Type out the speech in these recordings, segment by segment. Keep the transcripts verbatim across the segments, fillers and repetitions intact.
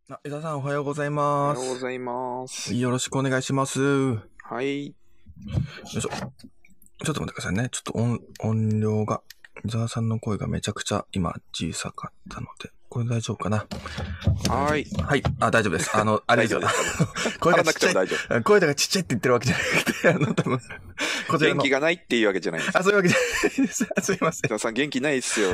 あ、江田さんおはようございおます。 はようございます。 よろしくお願いします。よはい。 いしょ。ちょっと待ってくださいね。ちょっと音、音量が、伊沢さんの声がめちゃくちゃ今小さかったので、これ大丈夫かな？ はい。 はい。あ、大丈夫です。あの、あれですよ。声がちっちゃい。声がちっちゃいって言ってるわけじゃなくて、あの、多分、 こちらの。元気がないっていうわけじゃないです。 あ、そういうわけじゃないです。すいません。 伊沢さん元気ないっすよ。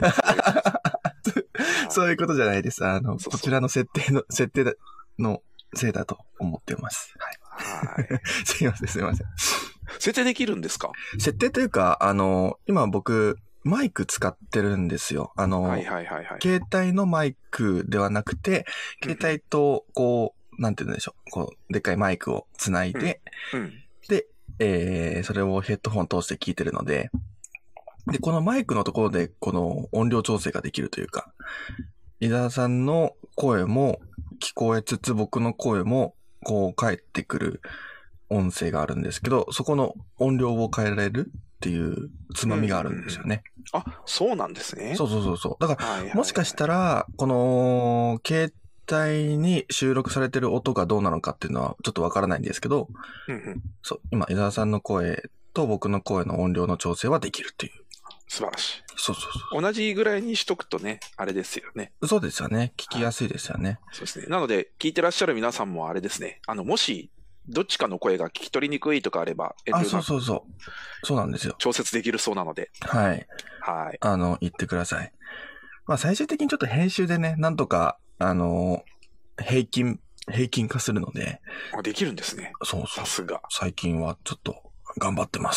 そういうことじゃないです。あの、そうそうこちらの設定の、設定のせいだと思ってます。はい。はい。すいません、すいません。 設定できるんですか？ 設定というか、あの、今僕、マイク使ってるんですよ。あの、はいはいはいはい、携帯のマイクではなくて、携帯と、こう、なんて言うんでしょう。こう、でっかいマイクをつないで、うんうん、で、えー、それをヘッドホン通して聞いてるので、で、このマイクのところで、この音量調整ができるというか、伊沢さんの声も聞こえつつ、僕の声も、こう、返ってくる音声があるんですけど、そこの音量を変えられるっていうつまみがあるんですよね。 うんうんうん、あ、そうなんですね。 そうそうそうそう。だから、はいはいはい、もしかしたら、この、携帯に収録されてる音がどうなのかっていうのはちょっとわからないんですけど、うんうん、そう、今、伊沢さんの声と僕の声の音量の調整はできるっていう。 素晴らしい。 そうそうそう。 同じぐらいにしとくとね、あれですよね。 そうですよね。聞きやすいですよね。はい、 そうですね。なので、聞いてらっしゃる皆さんもあれですね。あの、もし、どっちかの声が聞き取りにくいとかあれば、 あ、そうそうそう。そうなんですよ。 調節できるそうなので。 はい。はい。あの、言ってください。まあ、最終的にちょっと編集でね、なんとか、あの、平均、平均化するので。 あ、できるんですね。 そうそう。 さすが。 最近はちょっと頑張ってます。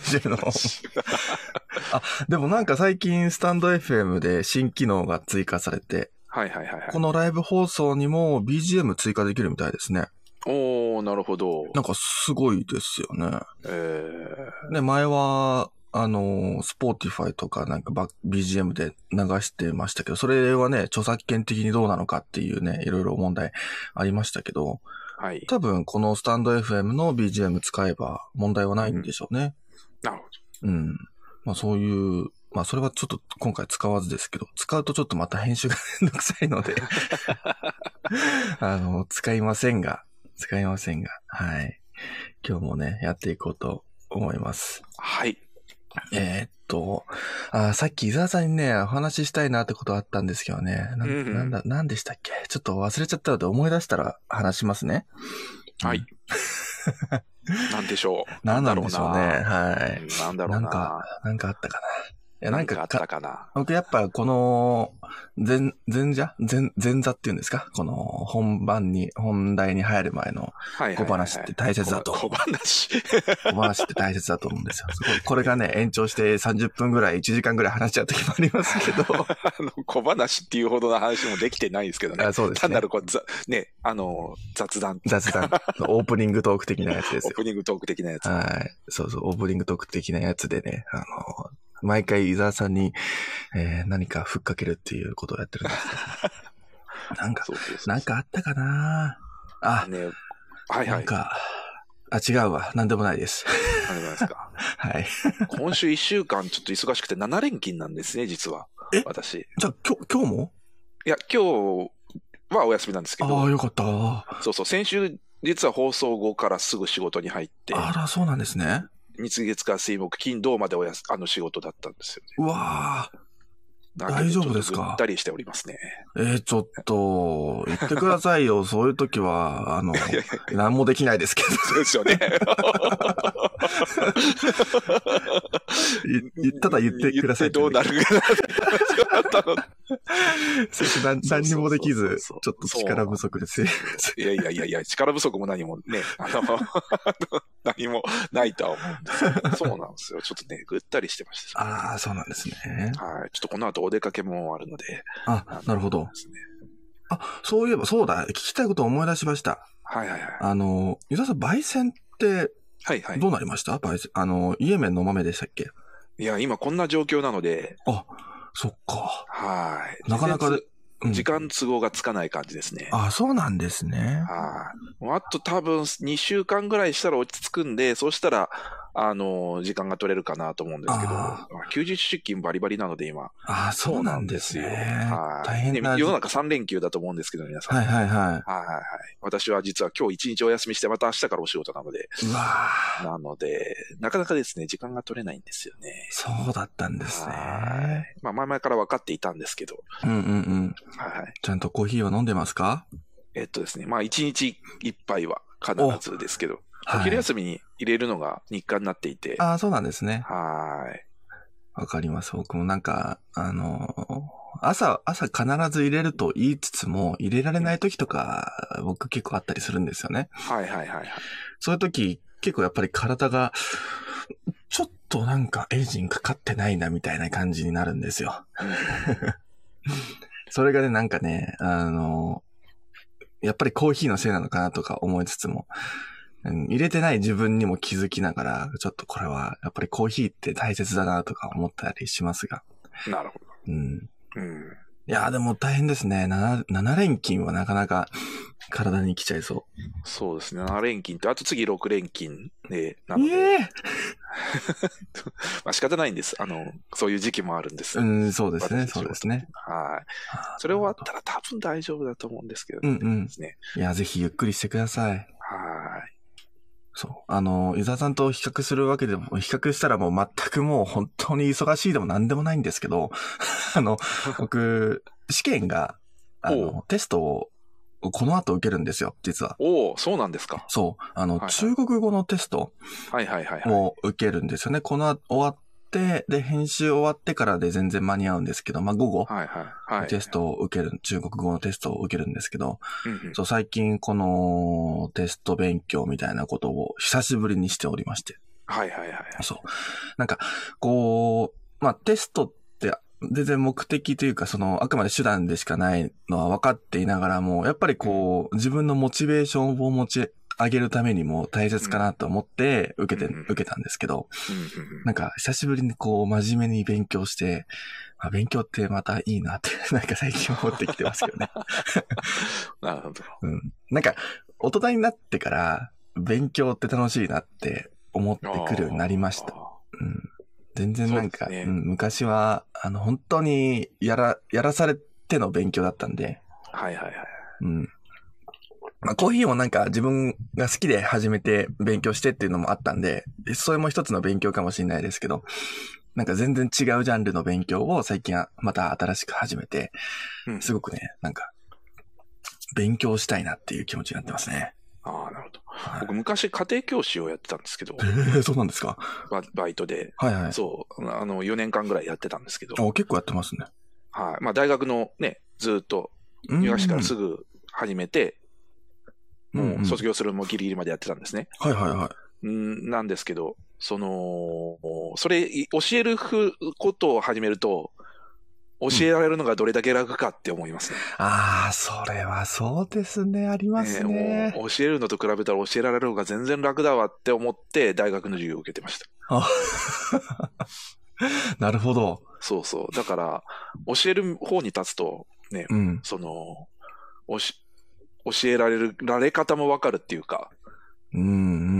あ、でもなんか最近スタンド エフエム で新機能が追加されて、はいはいはい、はい。このライブ放送にも ビージーエム 追加できるみたいですね。 おー、なるほど。 なんかすごいですよね。 えー、で、前は、あの、Spotify とかなんか ビージーエム で流してましたけど、それはね、著作権的にどうなのかっていうね、いろいろ問題ありましたけど、はい。多分このスタンド エフエム の ビージーエム 使えば問題はないんでしょうね。 うん、なるほど。うん。まあそういう、まあそれはちょっと今回使わずですけど、使うとちょっとまた編集がめんどくさいので、あの、使いませんが、使いませんが、はい。今日もね、やっていこうと思います。 はい。 えー、っとあ、さっき伊沢さんにね、お話ししたいなってことあったんですけどね。な ん,、うん、なんだ、なんでしたっけ？ちょっと忘れちゃったので思い出したら話しますね。 はい。うんなんでしょう。 なんだろうね。はい。 なんだろうな。 なんか、なんかあったかな。いや、 なんかあったかな。 僕やっぱこの、前、前座前、前座っていうんですか？この本番に、本題に入る前の小話って大切だと。 小話小話って大切だと思うんですよ。これがね、延長してさんじゅっぷんぐらい、いちじかんぐらい話しちゃう時もありますけど。 あの、小話っていうほどの話もできてないんですけどね。 あ、そうですね。 単なるこう、ざ、ね、あの、雑談。 雑談。オープニングトーク的なやつですよ。 オープニングトーク的なやつ。 はい。そうそう、オープニングトーク的なやつでね、あの、毎回伊沢さんに、えー、何かふっかけるっていうことをやってるんですけど。なんか、そうそうそうそうなんかあったかなあ、ね、はいはい。なんか、あ、違うわ。なんでもないです。 なんでもないですか。 はい。 今週いっしゅうかんちょっと忙しくてなな連勤なんですね、実は。 え私。 じゃあ、今日、今日もいや、今日はお休みなんですけど。 ああ、よかった。 そうそう。先週、実は放送後からすぐ仕事に入って。 あら、そうなんですね。 日月火水木金土までおやすあの仕事だったんですよね。 うわー。大丈夫ですか？ ぐったりしておりますね。 えー、ちょっと、言ってくださいよ。そういう時は、あの、何もできないですけど。 そうですよね。 ただ言ってください。 どうなるかな。 何, 何にもできず、ちょっと力不足です。 いやいやいやいや、力不足も何もね、あの、何もないとは思うんですけど、そうなんですよ。ちょっとね、ぐったりしてました。 ああ、そうなんですね。 はい。ちょっとこの後お出かけもあるので。 あ、なるほど。ですね、あ、そういえば、そうだ、聞きたいことを思い出しました。 はいはいはい。 あの、伊沢さん、焙煎って、はいはい。どうなりました？焙煎。あの、イエメンの豆でしたっけ？ いや、今こんな状況なので。 あ、そっか。 はい。 なかなかで、 うん、時間都合がつかない感じですね。 あ、そうなんですね。 はい。あと多分にしゅうかんぐらいしたら落ち着くんで、そうしたら、 あの、時間が取れるかなと思うんですけど、休日出勤バリバリなので今。 ああ、そうなんですよ。 はい。 大変な。 世の中さん連休だと思うんですけど、皆さん。 はいはいはい。はいはいはい。私は実は今日一日お休みして、また明日からお仕事なので。 うわなので、なかなかですね、時間が取れないんですよね。 そうだったんですね。 まあ、前々から分かっていたんですけど。 うんうんうん。はい。ちゃんとコーヒーは飲んでますか？ えっとですね、まあ一日一杯は必ずですけど。お昼休みに入れるのが日課になっていて。 ああ、そうなんですね。 はい。 わかります。僕もなんか、あの、朝、朝必ず入れると言いつつも、入れられない時とか、僕結構あったりするんですよね。 はいはいはいはい。 そういう時、結構やっぱり体が、ちょっとなんかエンジンかかってないなみたいな感じになるんですよ。それがね、なんかね、あの、やっぱりコーヒーのせいなのかなとか思いつつも、うん、入れてない自分にも気づきながら、ちょっとこれはやっぱりコーヒーって大切だなとか思ったりしますが。 なるほど。 うん。 うん、 いやーでも大変ですね。なな, な連勤はなかなか体に来ちゃいそう。 そうですね。なな連勤と、あと次ろく連勤で、なので。 えー、 まあ仕方ないんです。あの、そういう時期もあるんです。 うん、そうですね、そうですね。 はい。それ終わったら多分大丈夫だと思うんですけど、 ね。うんうん。いや、ぜひゆっくりしてください。 はい。 そう。あの、伊沢さんと比較するわけでも、比較したらもう全くもう本当に忙しいでも何でもないんですけど、あの、僕、試験が、あの、テストをこの後受けるんですよ、実は。 おお、そうなんですか。 そう。あの、はいはい、中国語のテストを受けるんですよね。この後終わって、で、編集終わってからで全然間に合うんですけど、まあ、午後、はいはいはい、テストを受ける、中国語のテストを受けるんですけど、うんうん、そう、最近このテスト勉強みたいなことを久しぶりにしておりまして。 はいはいはい、はい。 そう。なんか、こう、まあ、テストって全然目的というか、その、あくまで手段でしかないのは分かっていながらも、やっぱりこう、自分のモチベーションを持ち上げるためにも大切かなと思って受けて、うん、受けたんですけど、うん、なんか久しぶりにこう、真面目に勉強して、まあ、勉強ってまたいいなって、なんか最近思ってきてますけどね。 なるほど。 うん。なんか、大人になってから、勉強って楽しいなって思ってくるようになりました。うん。全然なんか、う、ね、うん、昔は、あの、本当にやら、やらされての勉強だったんで。 はいはいはい。 うん。まあ、コーヒーもなんか自分が好きで始めて勉強してっていうのもあったんで、それも一つの勉強かもしれないですけど、なんか全然違うジャンルの勉強を最近はまた新しく始めて、すごくね、なんか、勉強したいなっていう気持ちになってますね。 ああ、なるほど。僕、昔、家庭教師をやってたんですけど。 ええー、そうなんですか。 バ, バイトで。 はいはい。 そう。あの、よねんかんぐらいやってたんですけど。 あ、結構やってますね。 はい。まあ、大学のね、ずっと、入学式からすぐ始めて、もう卒業するもギリギリまでやってたんですね。 はいはいはい。 んなんですけど、その、それ、教えることを始めると、教えられるのがどれだけ楽かって思いますね。 うん、ああ、それはそうですね。ありますね。 ね、教えるのと比べたら教えられる方が全然楽だわって思って大学の授業を受けてました。 あなるほど。 そうそう。だから、教える方に立つと、ね、うん、その、おし、教えられる、られ方もわかるっていうか、 うんうん、うん。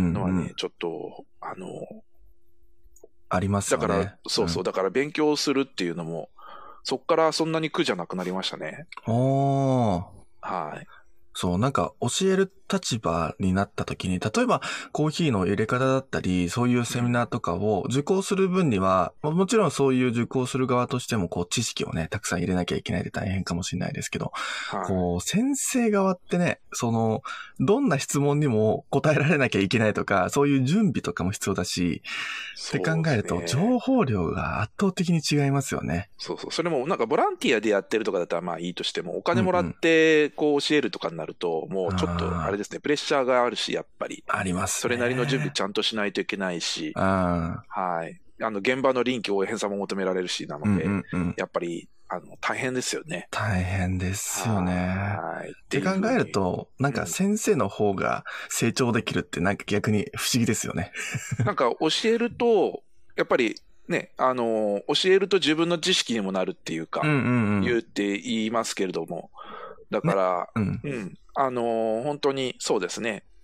のはね、ちょっと、あの、 ありますよね。 だから、そうそう、うん、だから勉強するっていうのも、そっからそんなに苦じゃなくなりましたね。 おー。 はい。 そう、なんか教える立場になった時に、例えばコーヒーの入れ方だったり、そういうセミナーとかを受講する分には、うん、もちろんそういう受講する側としても、こう知識をね、たくさん入れなきゃいけないで大変かもしれないですけど、はい、こう、先生側ってね、その、どんな質問にも答えられなきゃいけないとか、そういう準備とかも必要だし、って考えると、情報量が圧倒的に違いますよね。 そうそう。それもなんかボランティアでやってるとかだったらまあいいとしても、お金もらってこう教えるとかになると、もうちょっとあれですね、プレッシャーがあるし、やっぱり。 ありますね。 それなりの準備ちゃんとしないといけないし、 はい。 あの、現場の臨機応変さも求められるし、なので、うんうんうん、やっぱり、あの、大変ですよね。 大変ですよね。はい。って考えると、なんか先生の方が成長できるってなんか逆に不思議ですよね。 なんか教えると、やっぱりね、あの、教えると自分の知識にもなるっていうか、うんうんうん、言うって言いますけれども、だから、ね、うん、うん、あの、本当にそうですね。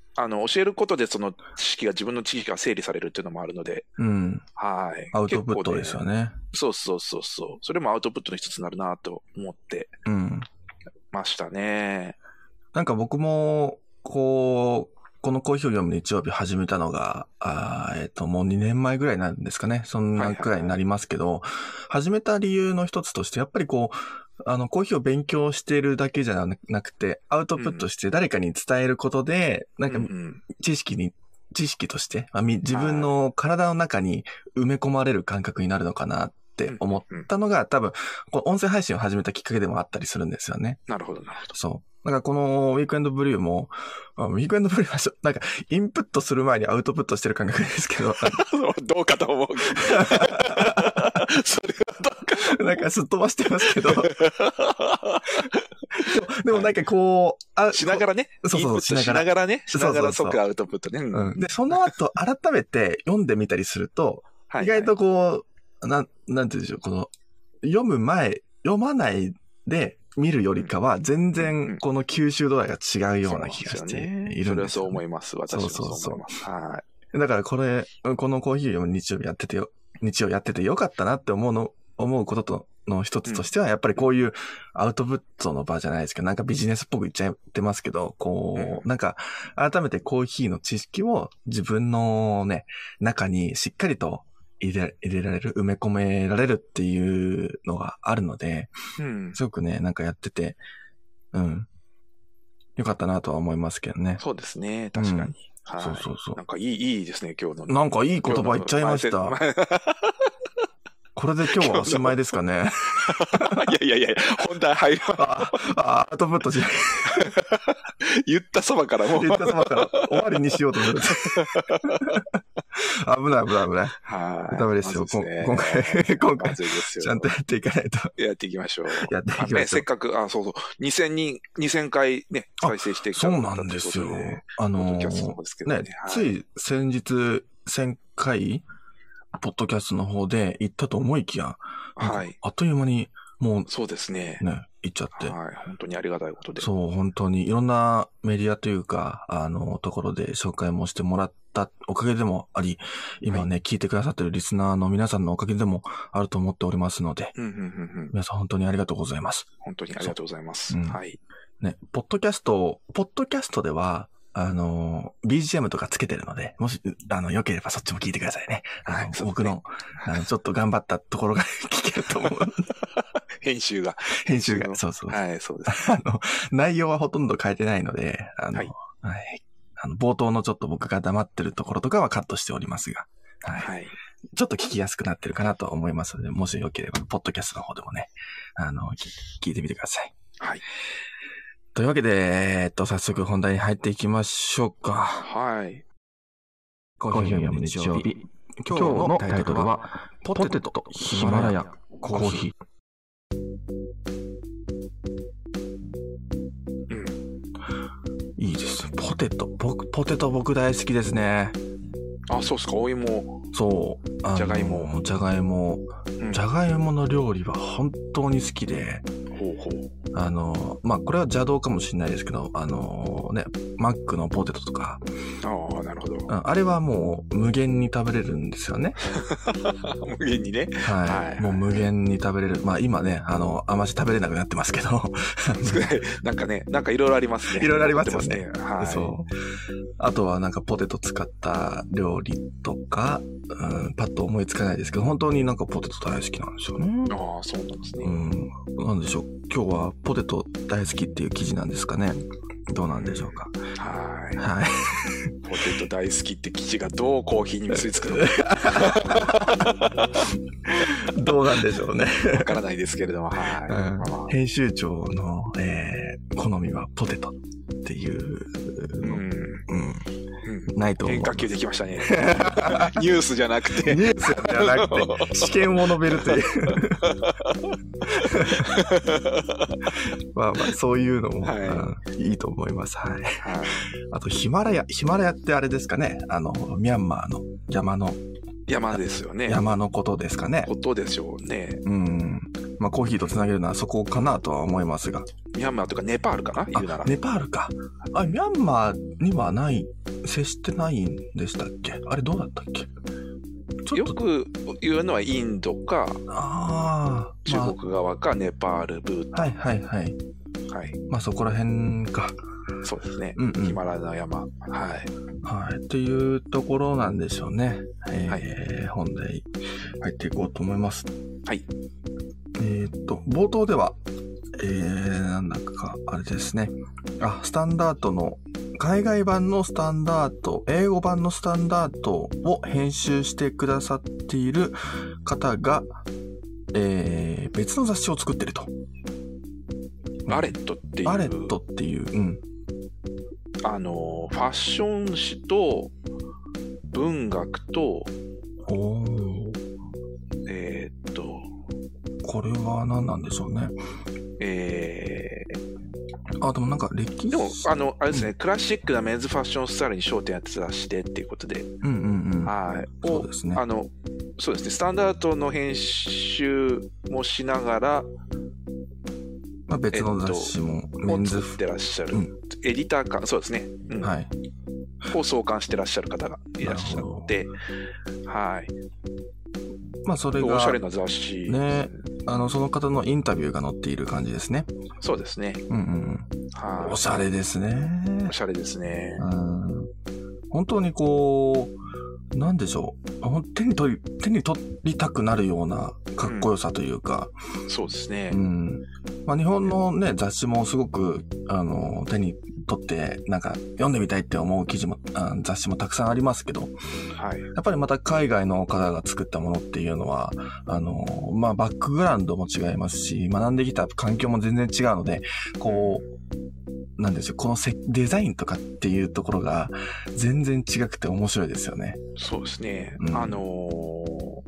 あの、教えることでその知識が、自分の知識が整理されるっていうのもあるので。 うん。 はい。 アウトプットですよね。 そうそうそうそう。それもアウトプットの一つになるなと思って。うん。ましたね。 なんか僕も、こう、このコーヒーを読む日曜日始めたのが、あえっと、もうにねんまえぐらいなんですかね。そんなくらいになりますけど、はいはいはい、始めた理由の一つとして、やっぱりこう、あの、コーヒーを勉強しているだけじゃなくて、アウトプットして誰かに伝えることで、うん、なんか、知識に、知識として、まあ、自分の体の中に埋め込まれる感覚になるのかなって思ったのが、多分、こう音声配信を始めたきっかけでもあったりするんですよね。 なるほど、なるほど。 そう。だからこのウィークエンドブリューも、ウィークエンドブリューはなんかインプットする前にアウトプットしてる感覚ですけど。 どうかと思う。それはどうか。 なんかすっ飛ばしてますけど。でも、でもなんかこう、 あしながらね。 そうそう、 しながら。しながらね。しながら即アウトプットね。 うん。で、その後改めて読んでみたりすると、意外とこう、なん、なんて言うんでしょう、この、読む前、読まないで、見るよりかは全然この吸収度合いが違うような気がしているんですよね。 それはそう思います。私はそう思います。はい。 だからこれ、このコーヒーを日曜日やっててよ、日曜やっててよかったなって思うの、思うこととの一つとしては、やっぱりこういうアウトプットの場じゃないですけど、なんかビジネスっぽく言っちゃってますけど、こう、なんか改めてコーヒーの知識を自分のね、中にしっかりと入れ、入れられる、埋め込められるっていうのがあるので、うん、すごくね、なんかやってて、うん。よかったなとは思いますけどね。 そうですね、確かに。うん、 はい、そうそうそう。 なんかいい、いいですね、今日の。 なんかいい言葉言っちゃいました。これで今日はおしまいですかね。 いやいやいや、本題入る。 あ、あ、アウトプットじゃ言ったそばからもう。 言ったそばから終わりにしようと思って。危ない危ない危ない。はい。ダメですよ。今回、今回、ちゃんとやっていかないと。 やっていきましょう。 やっていきましょう。 せっかく、あ、そうそう、にせんにん、にせんかいね、再生していく。 そうなんですよ。あの、ね、つい先日、せんかい、ポッドキャストの方で行ったと思いきや、はい。あっという間に、もう、 そうですね。 ね、行っちゃって。 はい。本当にありがたいことで。 そう、本当にいろんなメディアというか、あの、ところで紹介もしてもらったおかげでもあり、今ね、はい、聞いてくださってるリスナーの皆さんのおかげでもあると思っておりますので、うんうんうんうん、皆さん本当にありがとうございます。 本当にありがとうございます。うん、はい。 ね、ポッドキャスト、ポッドキャストでは、あの、ビージーエム とかつけてるので、もし、あの、良ければそっちも聞いてくださいね。はい、僕の、あの、ちょっと頑張ったところが聞けると思う。 編集が。 編集が。そうそう。 はい、そうです。 あの、内容はほとんど変えてないので、あの、はい。はい、あの冒頭のちょっと僕が黙ってるところとかはカットしておりますが、はい。はい、ちょっと聞きやすくなってるかなと思いますので、もしよければ、ポッドキャストの方でもね、あの、聞いてみてください。 はい。 というわけで、えっと、早速本題に入っていきましょうか。 はい。 コーヒーを読む日曜日。今日のタイトルは、ポテト、ヒマラヤ、コーヒー。うん。いいです。ポテト。僕、ポテト僕大好きですね。 あ、そうっすか。お芋。 そう。 じゃがいも。 じゃがいも。じゃがいもの料理は本当に好きで。 ほうほう。 あの、まあ、これは邪道かもしれないですけど、あのね、マックのポテトとか。 ああ、なるほど。 あれはもう無限に食べれるんですよね。 無限にね。 はい。はい、もう無限に食べれる。まあ今ね、あの、あまし食べれなくなってますけど。 なんかね、なんかいろいろありますね。 いろいろありますよね。 はい。 そう。あとはなんかポテト使った料理とか、うん、パッと思いつかないですけど、本当になんかポテト大好きなんですよね。 ああ、そうなんですね。 うん。なんでしょう。今日はポテト大好きっていう記事なんですかね。どうなんでしょうか。 はい。 はい。 ポテト大好きって記事がどうコーヒーに結びつくのか。 どうなんでしょうね。 わからないですけれども、はい。うん、編集長の、えー、好みはポテトっていうの、うん、うん、ないと思う。 変化球できましたね。ニュースじゃなくて。 ニュースじゃなくて、試験を述べるという。まあまあ、そういうのも、はい、うん、いいと思います。はい。はい、あと、ヒマラヤ。ヒマラヤってあれですかね。あの、ミャンマーの山の。 山ですよね。 山のことですかね。 ことでしょうね。 うん。 まあコーヒーとつなげるのはそこかなとは思いますが。 ミャンマーとかネパールかな言うなら。 ネパールか。あ、ミャンマーにはない、接してないんでしたっけ？あれどうだったっけ？ ちょっとよく言うのはインドか、 あ中国側か、ネパール、ブータン。 はいはいはい。 はい。 まあそこら辺か。 そうですね。 うんうん、 ヒマラヤ山。はい。 はい。っていうところなんでしょうね。えーはい、本題入っていこうと思います。 はい。 えっと、冒頭では、えー、なんだか、あれですね。あ、スタンダードの、海外版のスタンダード、英語版のスタンダードを編集してくださっている方が、えー、別の雑誌を作ってると。 バレットっていう。 バレットっていう、うん。 あの、ファッション誌と、文学と、 おえー、っと、 これは何なんでしょうね。 えー、あ、でもなんか歴史。 でも、あの、あれですね、うん、クラシックなメンズファッションスタイルに焦点やってた雑誌でっていうことで。 うんうんうん。 はい。 そうですね。 あの、そうですね、スタンダードの編集もしながら、 まあ、別の雑誌も、 えっと、メンズ作ってらっしゃる、うん、エディターか、そうですね。うん、 はい。 を創刊してらっしゃる方がいらっしゃって、はい。 まあ、それが、 おしゃれな雑誌。 ね。あの、その方のインタビューが載っている感じですね。 そうですね。 うんうん。はい。おしゃれですね。 おしゃれですね。 うん。本当にこう、なんでしょう。手に取り、手に取りたくなるようなかっこよさというか。 うん、そうですね。 うん。まあ、日本のね、雑誌もすごく、あの、手に取って、なんか、読んでみたいって思う記事も、あ雑誌もたくさんありますけど、 はい。 やっぱりまた海外の方が作ったものっていうのは、あの、まあ、バックグラウンドも違いますし、学んできた環境も全然違うので、こう、なんですよ、このせデザインとかっていうところが全然違くて面白いですよね。 そうですね。うん、あのー、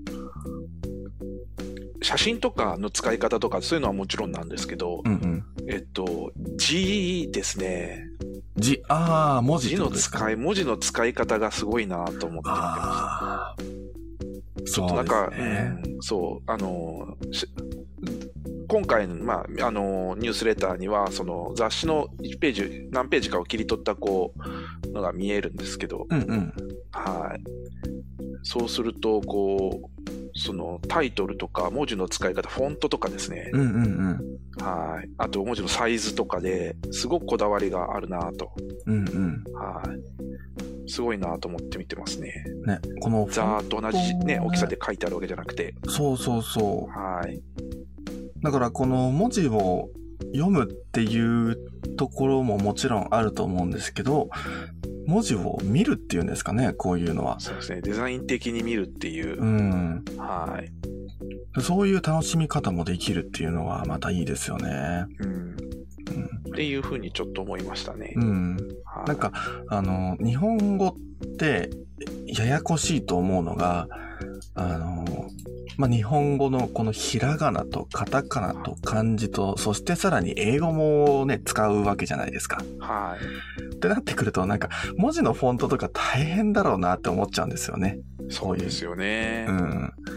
写真とかの使い方とかそういうのはもちろんなんですけど、 うんうん、 えっと、字ですね。 字、ああ、文字字の使い、文字の使い方がすごいなと思って見てます。ちょっとなんか、ね、うん、そう、あのー、今回、まあ、あの、ニュースレターには、その雑誌のいちページ、何ページかを切り取った、こう、のが見えるんですけど、 うんうん、 はい。そうすると、こう、そのタイトルとか文字の使い方、フォントとかですね。 うんうんうん。 はい。あと文字のサイズとかですごくこだわりがあるなと。 うんうん。 はい。すごいなと思って見てますね。 ね、このザーッと同じね、大きさで書いてあるわけじゃなくて。 そうそうそう。 はい。 だからこの文字を読むっていうところももちろんあると思うんですけど、文字を見るっていうんですかね、こういうのは。 そうですね、デザイン的に見るっていう。 うん。 はい。 そういう楽しみ方もできるっていうのはまたいいですよね。 うん。うん、っていうふうにちょっと思いましたね。 うん。はい、なんか、あの、日本語ってややこしいと思うのが、あの、まあ、日本語のこのひらがなとカタカナと漢字と、そしてさらに英語もね、使うわけじゃないですか。 はい。 ってなってくると、なんか、文字のフォントとか大変だろうなって思っちゃうんですよね。 そうですよね。 うん。 うん。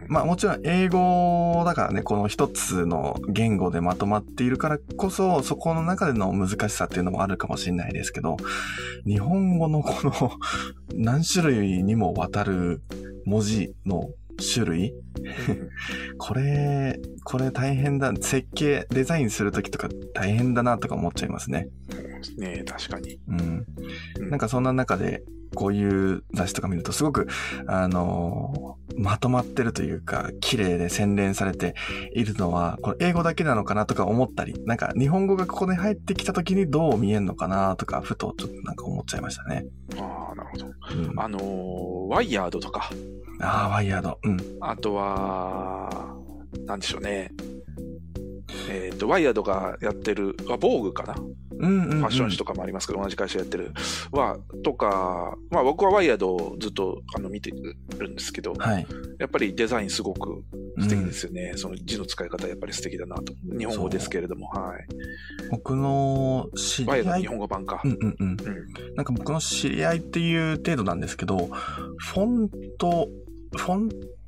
まあもちろん英語だからね、この一つの言語でまとまっているからこそ、そこの中での難しさっていうのもあるかもしれないですけど、日本語のこの何種類にもわたる文字の種類これ、これ大変だ。設計、デザインするときとか大変だなとか思っちゃいますね。 ねえ、確かに。 うん。なんかそんな中で、こういう雑誌とか見るとすごく、あのー、まとまってるというか、綺麗で洗練されているのは、これ英語だけなのかなとか思ったり、なんか日本語がここで入ってきた時にどう見えるのかなとか、ふとちょっとなんか思っちゃいましたね。 ああ、なるほど。うん、あのー、ワイヤードとか。 ああ、ワイヤード。うん。 あとは、なんでしょうね。えっと、ワイヤードがやってる、あ、ボーグかな、 うんうんうん、 ファッション誌とかもありますけど、同じ会社やってるは、とか、まあ僕はワイヤードをずっとあの見てるんですけど、 はい、 やっぱりデザインすごく素敵ですよね。うん、その字の使い方やっぱり素敵だなと。日本語ですけれども、はい。 僕の知り合い。 ワイヤード日本語版か。 うんうんうん。うん、なんか僕の知り合いっていう程度なんですけど、フォント、フォン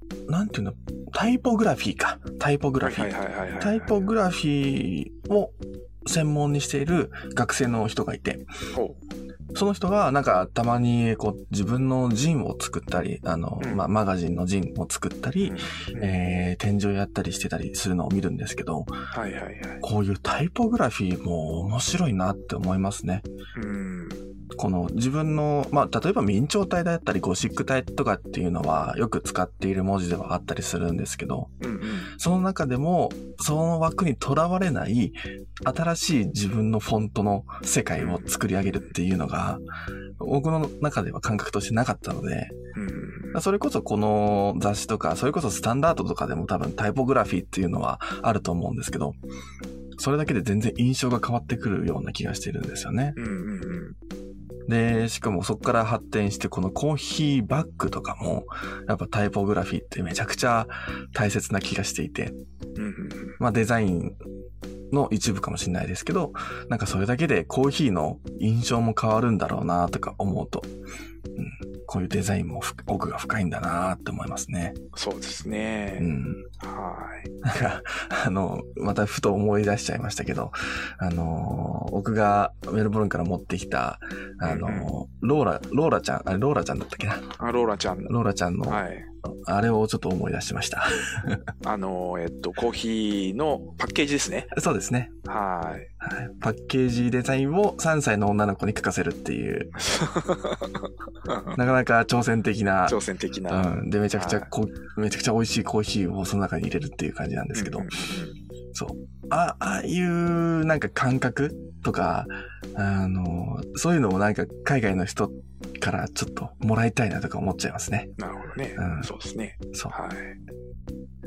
なんていうの、タイポグラフィーか。タイポグラフィー。タイポグラフィーを専門にしている学生の人がいて、その人がなんかたまにこう自分のジンを作ったり、あの、うん、まあ、マガジンのジンを作ったり、うん、えー、展示をやったりしてたりするのを見るんですけど、はいはいはい、こういうタイポグラフィーも面白いなって思いますね。うん、この自分の、まあ、例えば明朝体だったりゴシック体とかっていうのはよく使っている文字ではあったりするんですけど、うんうん、その中でもその枠にとらわれない新しい自分のフォントの世界を作り上げるっていうのが僕の中では感覚としてなかったので、うん、それこそこの雑誌とかそれこそスタンダードとかでも多分タイポグラフィーっていうのはあると思うんですけど、それだけで全然印象が変わってくるような気がしてるんですよね。うんうんうん、で、しかもそこから発展してこのコーヒーバッグとかもやっぱタイポグラフィーってめちゃくちゃ大切な気がしていて、うんうん、まあデザインの一部かもしれないですけど、なんかそれだけでコーヒーの印象も変わるんだろうなとか思うと、うん、こういうデザインも奥が深いんだなって思いますね。 そうですね。うん。はい。 なんか、あの、またふと思い出しちゃいましたけど、あの、僕がメルボルンから持ってきた、あの、うんうん、ローラ、ローラちゃん、あれローラちゃんだったっけな。 あ、ローラちゃん。 ローラちゃんの、はい、あれをちょっと思い出しました。 あの、えっと、コーヒーのパッケージですね。 そうですね。 はい。 はい。パッケージデザインをさんさいの女の子に書かせるっていう。なかなか挑戦的な。 挑戦的な。 うん。で、めちゃくちゃこ、はい、めちゃくちゃ美味しいコーヒーをその中に入れるっていう感じなんですけど。うんうんうん、そう。あ、ああいうなんか感覚とか、あの、そういうのもなんか海外の人からちょっともらいたいなとか思っちゃいますね。 なるほどね。うん、そうですね。 そう。はい。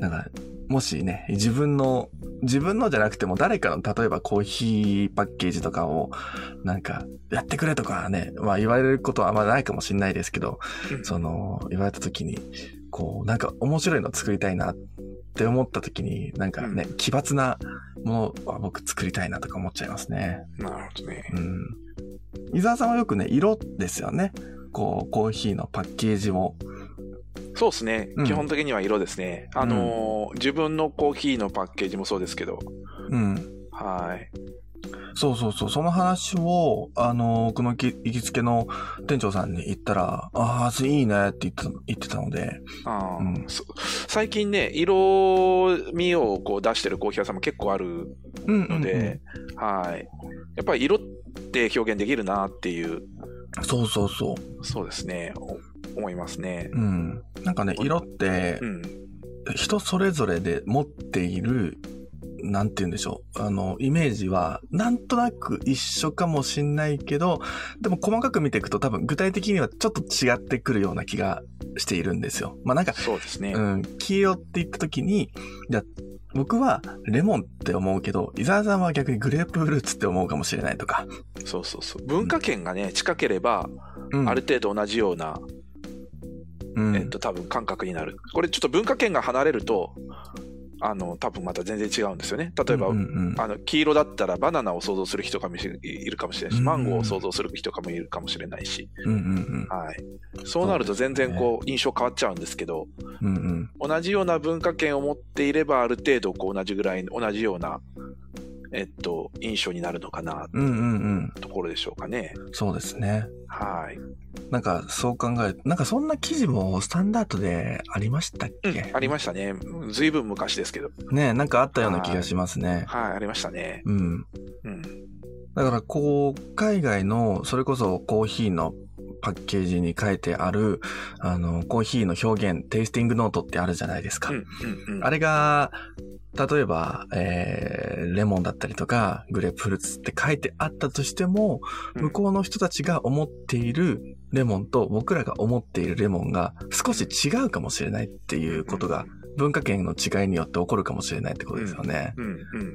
だから、もしね、自分の、自分のじゃなくても誰かの、例えばコーヒーパッケージとかを、なんか、やってくれとかね、まあ言われることはあんまないかもしれないですけど、うん、その、言われた時に、こう、なんか面白いの作りたいなって思った時に、なんかね、うん、奇抜なものは僕作りたいなとか思っちゃいますね。 なるほどね。 うん。伊沢さんはよくね、色ですよね。こう、コーヒーのパッケージも。 そうですね、うん。基本的には色ですね。あのーうん、自分のコーヒーのパッケージもそうですけど。うん。はい。 そうそうそう。その話を、あのー、この行きつけの店長さんに言ったら、ああ、いいねって言ってた、言ってたので。あうん、最近ね、色味をこう出してるコーヒー屋さんも結構あるので、うんうんうん、はい。やっぱり色って表現できるなっていう。 そうそうそう。 そうですね。思いますね。 うん。なんかね、色って、うん、人それぞれで持っている、なんて言うんでしょう。あの、イメージは、なんとなく一緒かもしんないけど、でも細かく見ていくと多分具体的にはちょっと違ってくるような気がしているんですよ。まあなんか、 そうですね。 うん、黄色って言った時に、じゃ僕はレモンって思うけど、伊沢さんは逆にグレープフルーツって思うかもしれないとか。 そうそうそう。文化圏がね、うん、近ければ、うん、ある程度同じような、うん、えっと、多分感覚になる。これちょっと文化圏が離れると、あの、多分また全然違うんですよね。例えば、うんうんうん、あの、黄色だったらバナナを想像する人がいるかもしれないし、マンゴーを想像する人かもいるかもしれないし、うんうんうん、はい。そうなると全然こう、印象変わっちゃうんですけど、うんうん、同じような文化圏を持っていれば、ある程度こう、同じぐらい、同じような、えっと、印象になるのかな、うんうんうん、ところでしょうかね。 そうですね。 はい。 なんか、そう考える、なんかそんな記事もスタンダードでありましたっけ？ うん、ありましたね。ずいぶん昔ですけど。 ね、なんかあったような気がしますね。 はい、はい、ありましたね。うん。うん。 だから、こう、海外の、それこそコーヒーのパッケージに書いてある、あの、コーヒーの表現、テイスティングノートってあるじゃないですか。うんうんうん、あれが、例えば、えー、レモンだったりとか、グレープフルーツって書いてあったとしても、向こうの人たちが思っているレモンと僕らが思っているレモンが少し違うかもしれないっていうことが、文化圏の違いによって起こるかもしれないってことですよね。うんうんうん、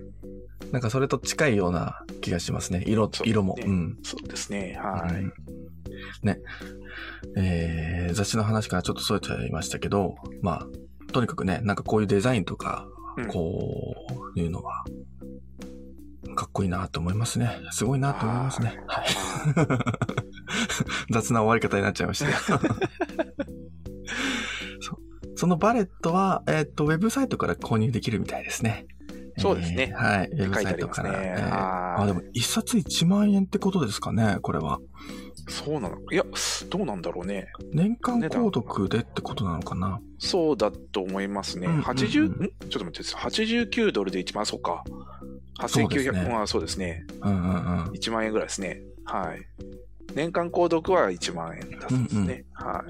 なんかそれと近いような気がしますね。色、色も。 うん。そうですね。はい。うん、 ね。えー、雑誌の話からちょっとそれちゃいましたけど、まあ、とにかくね、なんかこういうデザインとか、こういうのはかっこいいなと思いますね。すごいなと思いますね。はい。雑な終わり方になっちゃいましたけど。そう。 そのバレットは、えっと、ウェブサイトから購入できるみたいですね。 そうですね。 えー、はい。ウェブサイトから。 ね、 えー、あ、でも一冊いちまんえんってことですかね、これは。 そうなの？いや、どうなんだろうね。 年間購読でってことなのかな。そうだと思いますね。うんうんうん、はちじゅう、んちょっと待って、はちじゅうきゅうドルでいちまん、そうか。はっせんきゅうひゃく、まあそうですね。 うんうんうん。 いちまんえんぐらいですね。はい。年間購読はいちまんえんだそうですね、うんうん。はい。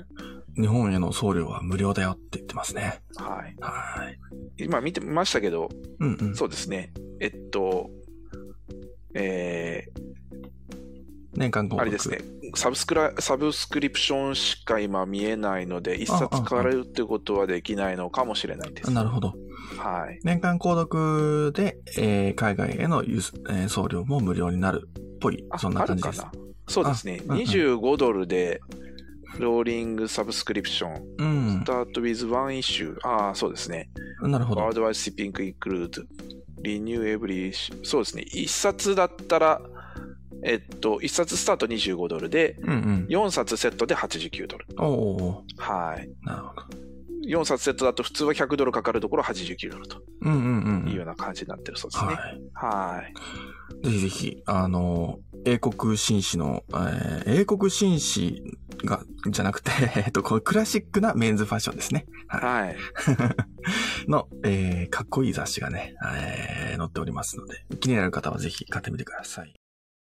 日本への送料は無料だよって言ってますね。 はい。 はい。 今見てましたけど、 うんうん、 そうですね。えっと、えー、 年間購読。 あれですね。サブスクラ、サブスクリプションしか今見えないので、一冊買われるってことはできないのかもしれないです。 なるほど。 はい。 年間購読で、えー、海外への輸、えー、送料も無料になるっぽい、そんな感じです。 あるかな。そうですね。にじゅうごドルで、ローリングサブスクリプション。うん。スタート with one issue。ああ、そうですね。 なるほど。 Worldwide shipping include renew every。そうですね。一冊だったら、えっと、一冊スタートにじゅうごドルで、うんうん、よんさつセットではちじゅうきゅうドル。 おー。 はい。 なるほど。 よんさつセットだと普通はひゃくドルかかるところはちじゅうきゅうドルと。 うんうんうん。 いうような感じになってるそうですね。はい。はい。 ぜひぜひ、あの、英国紳士の、えー、英国紳士が、じゃなくて、えっと、このクラシックなメンズファッションですね。 はい。 の、えー、かっこいい雑誌がね、えー、載っておりますので、気になる方はぜひ買ってみてください。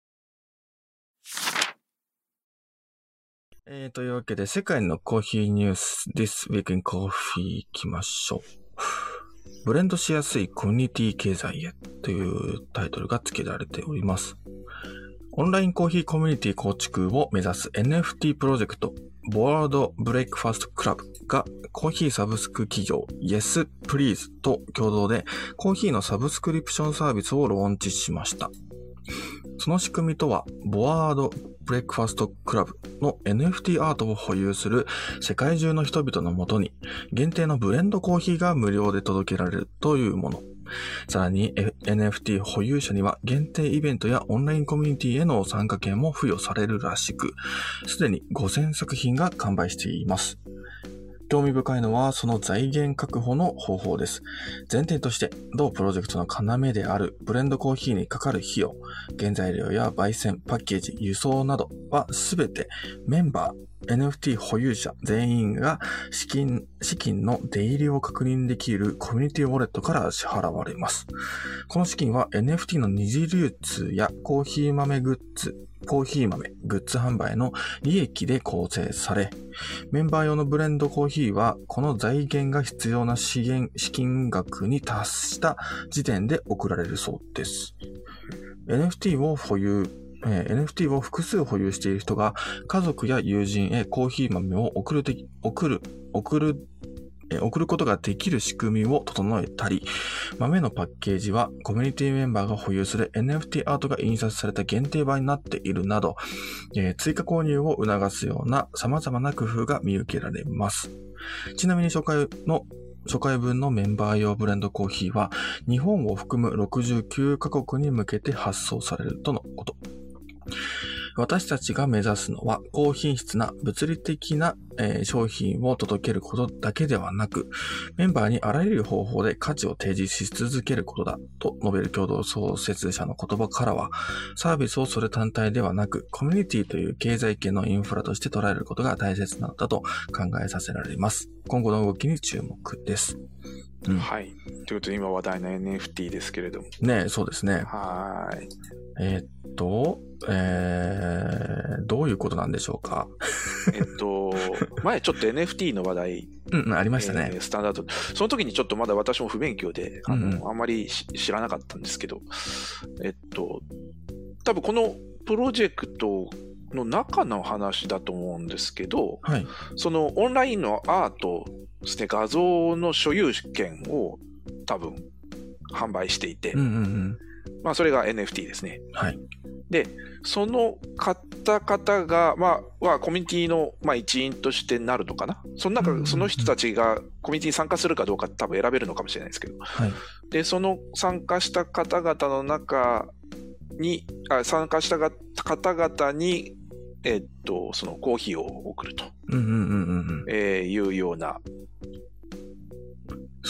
えー、というわけで、世界のコーヒーニュース This Week in Coffee 行きましょう。ブレンドしやすいコミュニティ経済へというタイトルが付けられております。オンラインコーヒーコミュニティ構築を目指す エヌエフティー プロジェクト、ボワードブレイクファーストクラブがコーヒーサブスク企業 Yes Please と共同でコーヒーのサブスクリプションサービスをローンチしました。その仕組みとは、ボワードブレイクファーストクラブの エヌエフティー アートを保有する世界中の人々のもとに限定のブレンドコーヒーが無料で届けられるというもの。さらに エヌエフティー 保有者には限定イベントやオンラインコミュニティへの参加権も付与されるらしく、すでにごせんさく品が完売しています。興味深いのはその財源確保の方法です。前提として、同プロジェクトの要であるブレンドコーヒーにかかる費用、原材料や焙煎、パッケージ、輸送などはすべてメンバー、エヌエフティー 保有者全員が資金、資金の出入りを確認できるコミュニティウォレットから支払われます。この資金は エヌエフティー の二次流通やコーヒー豆グッズ、コーヒー豆、グッズ販売の利益で構成され、メンバー用のブレンドコーヒーはこの財源が必要な資源、資金額に達した時点で送られるそうです。エヌエフティー を保有、えー、エヌエフティー を複数保有している人が家族や友人へコーヒー豆を送るて、送る、送る、送ることができる仕組みを整えたり、豆のパッケージはコミュニティメンバーが保有する エヌエフティー アートが印刷された限定版になっているなど、えー、追加購入を促すような様々な工夫が見受けられます。ちなみに初回の初回分のメンバー用ブレンドコーヒーは日本を含むろくじゅうきゅうカ国に向けて発送されるとのこと。私たちが目指すのは高品質な物理的な、えー、商品を届けることだけではなく、メンバーにあらゆる方法で価値を提示し続けることだと述べる共同創設者の言葉からは、サービスをそれ単体ではなく、コミュニティという経済圏のインフラとして捉えることが大切なのだと考えさせられます。今後の動きに注目です。 うん、はい。ということで今話題の エヌエフティー ですけれども。 ねえ、そうですね。 はい。 えー、っと、えー、どういうことなんでしょうか。 えっと、前ちょっと エヌエフティー の話題、 うん、ありましたね、 えー。スタンダード。その時にちょっとまだ私も不勉強で、あの、うんうん、あんまり知らなかったんですけど、えっと、多分このプロジェクトの中の話だと思うんですけど、 はい、 そのオンラインのアートですね、画像の所有権を多分販売していて、 うんうんうん、 まあそれが エヌエフティー ですね。 はい。 で、その方々が、まあ、はコミュニティの、まあ、一員としてなるのかな。その中、その人たちがコミュニティに参加するかどうか多分選べるのかもしれないですけど。 はい。 で、その参加した方々の中に、あ参加した方々に、えっと、そのコーヒーを送ると、 うんうんうんうん、 えー、いうような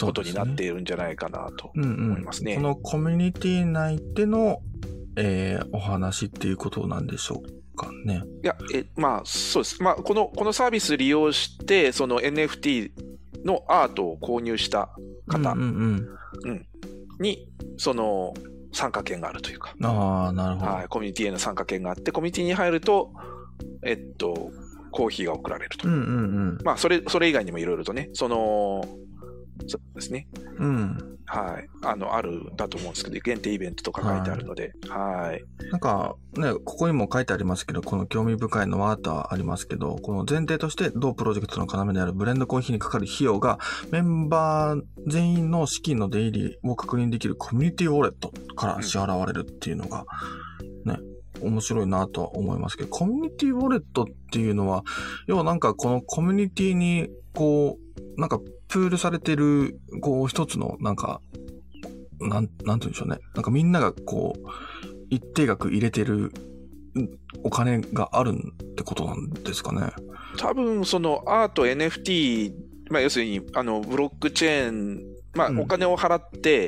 ことになっているんじゃないかなと思いますね。 そのコミュニティ内での、えー、お話っていうことなんでしょうかね。 いや、え、まあ、そうです。まあ、この、このサービス利用して、その エヌエフティー のアートを購入した方、うんうんうんうん、に、その、参加権があるというか。 ああ、なるほど。 はい、コミュニティへの参加権があって、コミュニティに入ると、えっと、コーヒーが送られると。うんうんうん、まあ、それ、それ以外にもいろいろとね、その、そうですね。うん。はい。あの、あるんだと思うんですけど、限定イベントとか書いてあるので、はい。はいなんか、ね、ここにも書いてありますけど、この興味深いのはあとはありますけど、この前提として同プロジェクトの要であるブレンドコーヒーにかかる費用が、メンバー全員の資金の出入りを確認できるコミュニティウォレットから支払われるっていうのが、ね、面白いなとは思いますけど、コミュニティウォレットっていうのは、要はなんかこのコミュニティに、こう、なんか、プールされてる、こう、一つの、なんか、なん、なんて言うんでしょうね。なんかみんなが、こう、一定額入れてるお金があるってことなんですかね。 多分、その、アート エヌエフティー、まあ、要するに、あの、ブロックチェーン、まあ、うん、お金を払って、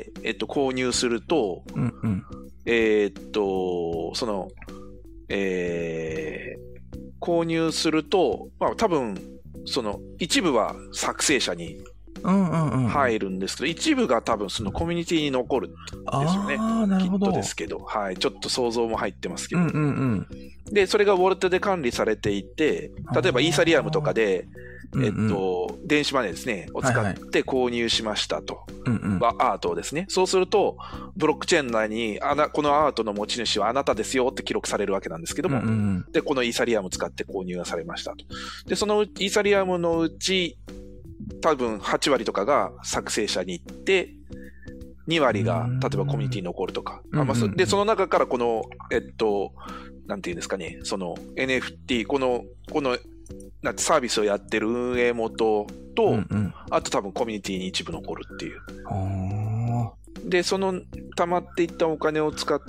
えっと、購入すると、うんうん、えー、っと、その、えー、購入すると、まあ、多分、その、一部は作成者に入るんですけど、うんうんうん、一部が多分そのコミュニティに残るんですよね。 ああ、なるほど。 きっとですけど、はい。ちょっと想像も入ってますけど。うんうんうん、で、それがウォレットで管理されていて、例えばイーサリアムとかで、えっと、うんうん、電子マネーですね、を使って購入しましたと。はいはい、アートをですね。そうすると、ブロックチェーン内にあな、このアートの持ち主はあなたですよって記録されるわけなんですけども、うんうん、で、このイーサリアム使って購入がされましたと。で、そのイーサリアムのうち、多分はち割とかが作成者に行って、に割が、例えばコミュニティに残るとか。うんうんうん、で、その中からこの、えっと、なんていうんですかね、その エヌエフティー、この、この、なんてサービスをやってる運営元と、うんうん、あと多分コミュニティに一部残るっていう。で、その溜まっていったお金を使って、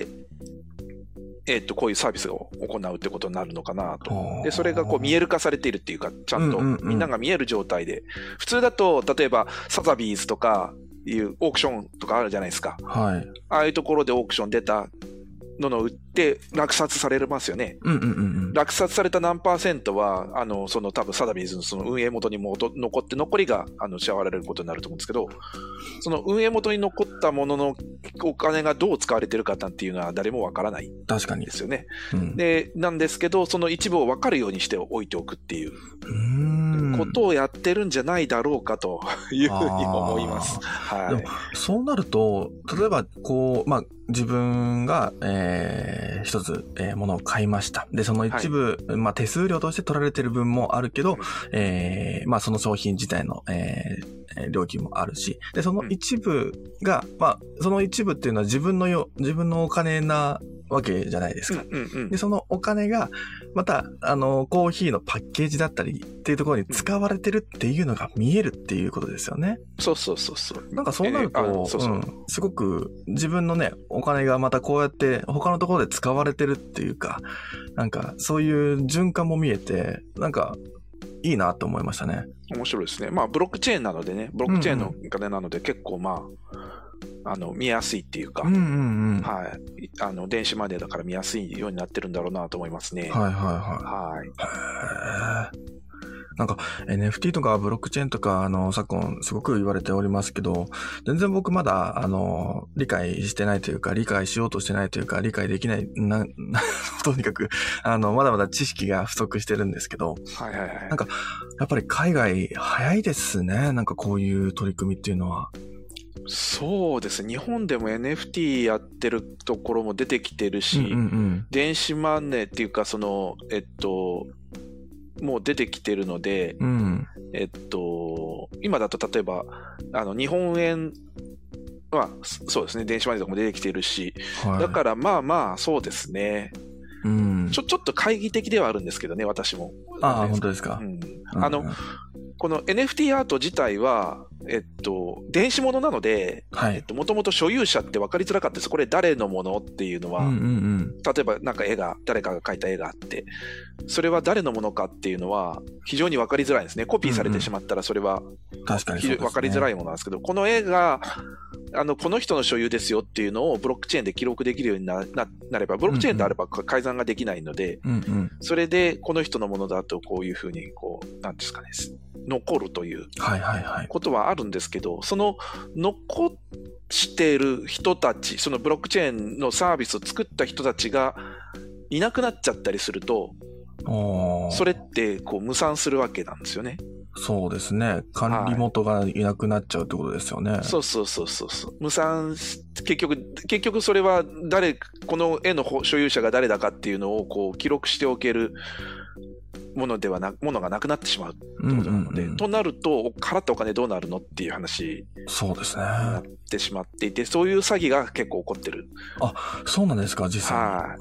えっと、こういうサービスを行うってことになるのかなと。で、それがこう見える化されているっていうか、ちゃんとみんなが見える状態で。うんうんうん、普通だと、例えばサザビーズとかいうオークションとかあるじゃないですか。はい。ああいうところでオークション出たのの売って落札されますよね。うんうんうんうん、落札された何パーセントは、あの、その多分サザビーズのその運営元にも残って残りが、あの、支払われることになると思うんですけど、その運営元に残ったもののお金がどう使われてるかなんていうのは誰もわからない。 確かに。 ですよね。うん、で、なんですけど、その一部をわかるようにしておいておくっていう。うことをやってるんじゃないだろうかというふうに思います。はい。でもそうなると、例えば、こう、まあ、自分が、えー、一つ、えー、ものを買いました。で、その一部、はい、まあ、手数料として取られてる分もあるけど、えー、まあ、その商品自体の、えー、料金もあるし、で、その一部が、うん、まあ、その一部っていうのは自分のよ、自分のお金なわけじゃないですか。うんうんうん、で、そのお金が、また、あの、コーヒーのパッケージだったりっていうところに使われてるっていうのが見えるっていうことですよね。 そうそうそうそう。 なんかそうなると、えーそうそううん、すごく自分のね、お金がまたこうやって他のところで使われてるっていうか、なんかそういう循環も見えて、なんかいいなと思いましたね。 面白いですね。まあブロックチェーンなのでね、ブロックチェーンのお金なので結構まあ、あの見やすいっていうか、うんうんうん、はい、あの電子マネーだから見やすいようになってるんだろうなと思いますね。 はいはいはい。はい。へー。なんか エヌエフティー とかブロックチェーンとかあの昨今すごく言われておりますけど、全然僕まだあの理解してないというか理解しようとしてないというか理解できないなとにかくあのまだまだ知識が不足してるんですけど、はいはいはい、なんかやっぱり海外早いですね。なんかこういう取り組みっていうのは。 そうですね。日本でも エヌエフティー やってるところも出てきてるし、うんうんうん、電子マネーっていうかそのえっともう出てきてるので、うん、えっと今だと例えばあの日本円はそうですね、電子マネーとかも出てきてるし、はい、だからまあまあそうですね。うん、ちょちょっと懐疑的ではあるんですけどね、私も。 ああ、本当ですか。 うん、あの、うん、この エヌエフティー アート自体はえっと、電子物なので、はい、えっと、もともと所有者って分かりづらかったです。これ誰のものっていうのは、うんうんうん、例えばなんか絵が、誰かが描いた絵があって、それは誰のものかっていうのは非常に分かりづらいんですね。コピーされてしまったらそれは、 確かにそうですね、 分かりづらいものなんですけど、この絵が、あの、この人の所有ですよっていうのをブロックチェーンで記録できるように な, な, なれば、ブロックチェーンであれば改ざんができないので、うんうん、それでこの人のものだとこういうふうに、こう、なんですかね、残るということはあるんですけど、はいはいはい、その残している人たち、そのブロックチェーンのサービスを作った人たちがいなくなっちゃったりすると、それってこう無産するわけなんですよね。 そうですね。管理元がいなくなっちゃうってことですよね。はい、 そうそうそうそう。無産、結局、結局それは誰、この絵の所有者が誰だかっていうのをこう記録しておけるものではな、ものがなくなってしまうってことなので、うんうんうん、となると、払ったお金どうなるのっていう話そうですね。 なってしまっていて、そういう詐欺が結構起こってる。 あ、そうなんですか、実際に。 はい。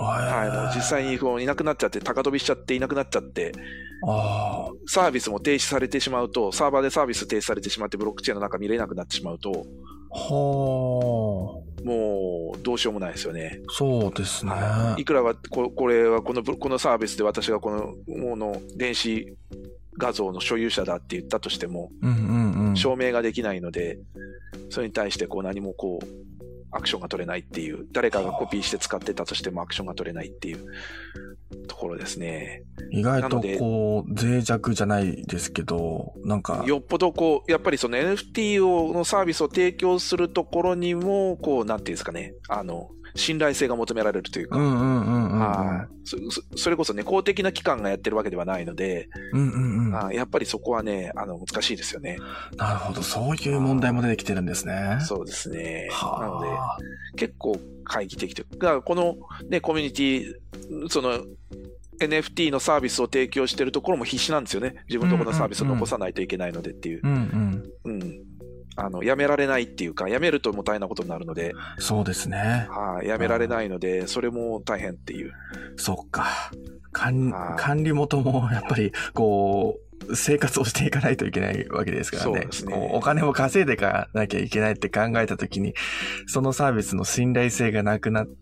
はい。もう実際にこういなくなっちゃって、高飛びしちゃっていなくなっちゃって、あサービスも停止されてしまうと、サーバーでサービス停止されてしまって、ブロックチェーンの中見れなくなってしまうと、はあ。もうどうしようもないですよね。 そうですね。 はい、いくらはこ、これはこの、このサービスで私がこのもの電子画像の所有者だって言ったとしても、うんうんうん、証明ができないので、それに対してこう何もこうアクションが取れないっていう、誰かがコピーして使ってたとしてもアクションが取れないっていうところですね。 意外とこう脆弱じゃないですけど、なんかよっぽどこうやっぱりその エヌエフティー をのサービスを提供するところにもこうなんていうんですかね、あの信頼性が求められるというか、うんうんうんうん、はそ, それこそね公的な機関がやってるわけではないので、うんうんうん、あやっぱりそこはねあの難しいですよね。 なるほど、そういう問題も出てきてるんですね。 そうですね。なので結構懐疑的というか、このねコミュニティそのエヌエフティー のサービスを提供しているところも必死なんですよね。自分のところのサービスを残さないといけないのでっていう。うんうん。うん。あの、やめられないっていうか、やめるともう大変なことになるので。 そうですね。 はい、やめられないので、それも大変っていう。 そっか。管、管理元もやっぱり、こう、生活をしていかないといけないわけですからね。そうですね。お金を稼いでいかなきゃいけないって考えたときに、そのサービスの信頼性がなくなって、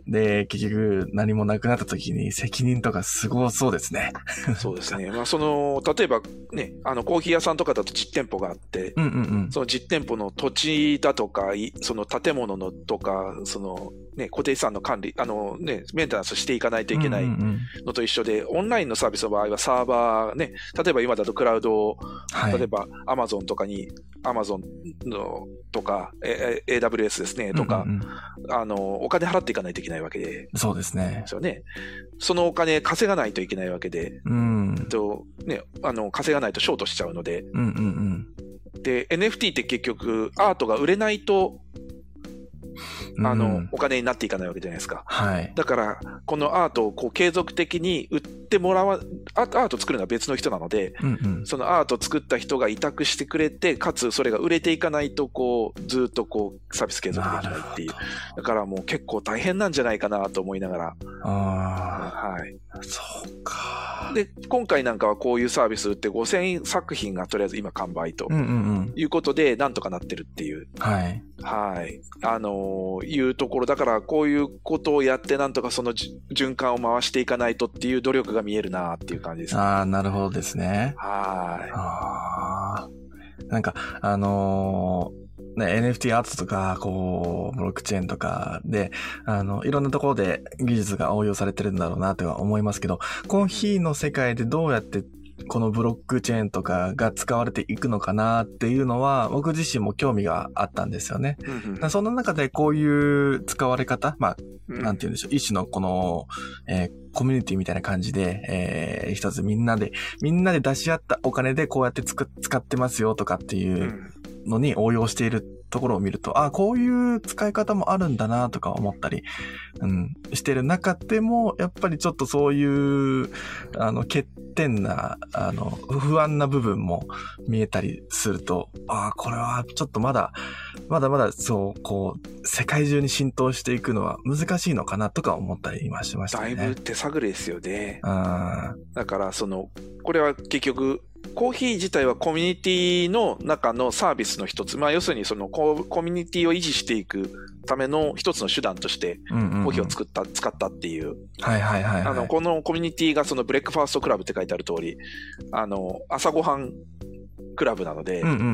で、結局何もなくなったときに責任とかすごそうですね。 そうですね。まあその、例えばね、あのコーヒー屋さんとかだと実店舗があって、うんうんうん、その実店舗の土地だとか、その建物のとか、そのね、固定資産の管理、あのね、メンテナンスしていかないといけないのと一緒で、うんうんうん、オンラインのサービスの場合はサーバーね、例えば今だとクラウド、はい、例えば Amazon とかに、Amazon のとか、エーダブリューエス ですね、とか、うんうん、あの、お金払っていかないといけないわけで。 そうですね。 ですよね。そのお金稼がないといけないわけで、うん、とね、あの、稼がないとショートしちゃうので、うんうんうん、で、エヌエフティー って結局、アートが売れないと、あの、うん、お金になっていかないわけじゃないですか。はい。だから、このアートをこう継続的に売ってもらわ、アートを作るのは別の人なので、うんうん、そのアートを作った人が委託してくれて、かつそれが売れていかないと、こう、ずっとこう、サービス継続できないっていう。だからもう結構大変なんじゃないかなと思いながら。ああ。はい。 そうか。 で、今回なんかはこういうサービス売ってごせんさく品がとりあえず今完売ということで、なんとかなってるっていう。はい。はい。あのー、いうところだからこういうことをやってなんとかその循環を回していかないとっていう努力が見えるなっていう感じです、ね。 ああ、なるほどですね。はい。ああ。なんか、あのー、ね、エヌエフティー アートとか、こう、ブロックチェーンとかで、あの、いろんなところで技術が応用されてるんだろうなとは思いますけど、コーヒーの世界でどうやってこのブロックチェーンとかが使われていくのかなっていうのは僕自身も興味があったんですよね。うんうん、その中でこういう使われ方、まあ、なんて言うんでしょう、一種のこの、えー、コミュニティみたいな感じで、えー、一つみんなで、みんなで出し合ったお金でこうやってつく使ってますよとかっていうのに応用しているところを見ると、あ、こういう使い方もあるんだなとか思ったり、うん、してる中でも、やっぱりちょっとそういう、あの、欠点な、あの、不安な部分も見えたりすると、あ、これはちょっとまだ、まだまだそう、こう、世界中に浸透していくのは難しいのかなとか思ったり今しましたね。 だいぶ手探りですよね。あだから、その、これは結局、 コーヒー自体はコミュニティの中のサービスの一つ、まあ要するにそのコミュニティを維持していくための一つの手段としてコーヒーを作った、うんうんうん、使ったっていう。 はいはいはい、はい。 あの、このコミュニティがそのブレックファーストクラブって書いてある通り、あの、朝ごはんクラブなので、 うんうんうんうん、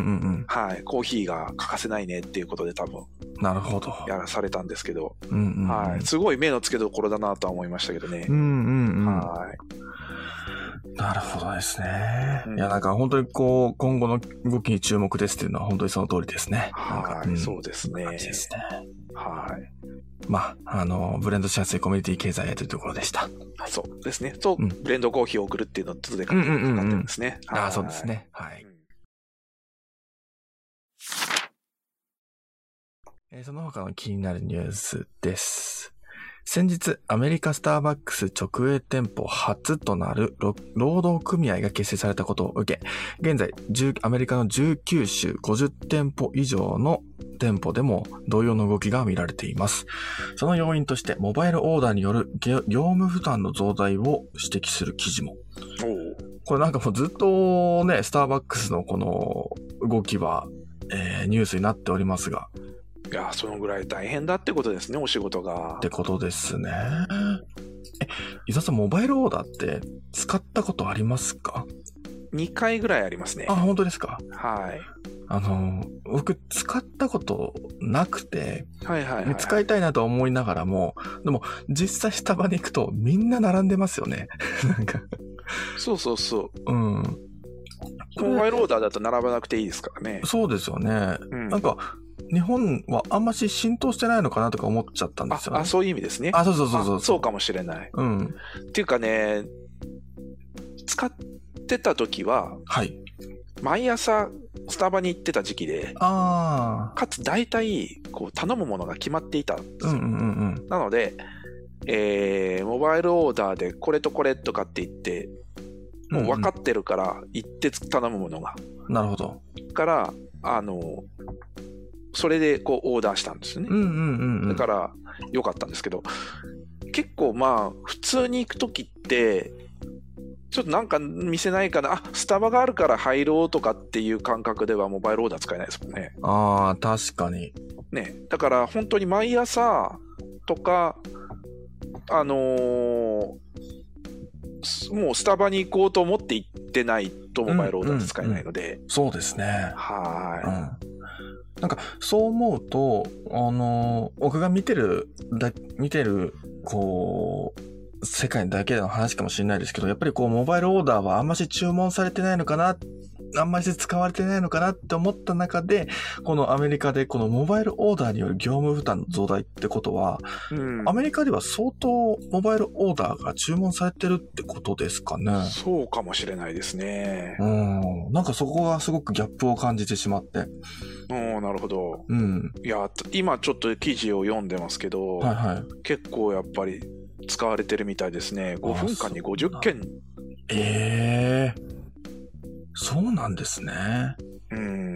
はい、コーヒーが欠かせないねっていうことで多分。 なるほど。 やらされたんですけど、 うんうんうん、 はい。すごい目の付けどころだなとは思いましたけどね。 うんうんうん。 はい。 なるほどですね。うん、いや、なんか本当にこう、今後の動きに注目ですっていうのは本当にその通りですね。 はい、うん、そうですね。 ですね。 はい。 まあ、あの、ブレンドしやすいコミュニティ経済へというところでした。 そうですね。と、うん、ブレンドコーヒーを送るっていうのとでかかってるんですね。 ああ、そうですね。はい。えー、その他の気になるニュースです。先日、アメリカスターバックス直営店舗初となる労働組合が結成されたことを受け、現在、アメリカのじゅうきゅう州ごじゅってんぽ以上の店舗でも同様の動きが見られています。その要因として、モバイルオーダーによる業務負担の増大を指摘する記事も。これなんかもうずっとね、スターバックスのこの動きは、えー、ニュースになっておりますが、 いや、そのぐらい大変だってことですね、お仕事が。 ってことですね。え、伊沢さん、モバイルオーダーって使ったことありますか？ にかいぐらいありますね。 あ、本当ですか？ はい。 あの、僕、使ったことなくて、 はいはいはいはい、 使いたいなと思いながらも、でも、実際スタバに行くとみんな並んでますよね。なんか。 そうそうそう。 うん。 モバイルオーダーだと並ばなくていいですからね。 そうですよね。うん、なんか、日本はあんまし浸透してないのかなとか思っちゃったんですよね。 あ、あそういう意味ですね。 あ、そうそうそうそう。 そうかもしれない。 うん。 っていうかね、使ってた時は、 はい。 毎朝スタバに行ってた時期で、 あかつ大体こう頼むものが決まっていたんですよ。 うんうんうんうん、 なので、えー、モバイルオーダーでこれとこれとかって言って、もう分かってるから行って頼むものが。 うん、なるほど。 から、あの、それでこうオーダーしたんですよね。 うんうんうんうん、 だから良かったんですけど、結構まあ普通に行くときってちょっとなんか店ないかな、あ、スタバがあるから入ろうとかっていう感覚ではモバイルオーダー使えないですもんね。 ああ、確かに。 ね、だから本当に毎朝とかあのー、もうスタバに行こうと思って行ってないとモバイルオーダー使えないので、 うんうんうん、そうですね。 はい、 うん、なんかそう思うと、あのー、僕が見てるだ見てるこう世界だけでの話かもしれないですけど、やっぱりこうモバイルオーダーはあんまし注文されてないのかな、あんまり使われてないのかなって思った中で、このアメリカでこのモバイルオーダーによる業務負担の増大ってことは、うん、アメリカでは相当モバイルオーダーが注文されてるってことですかね。 そうかもしれないですね。 うん、なんかそこがすごくギャップを感じてしまって。 うん、なるほど。 うん。 いや、今ちょっと記事を読んでますけど、 はいはい、 結構やっぱり使われてるみたいですね。ごふんかんにごじゅっけん。 ええー。そうなんですね。 うん。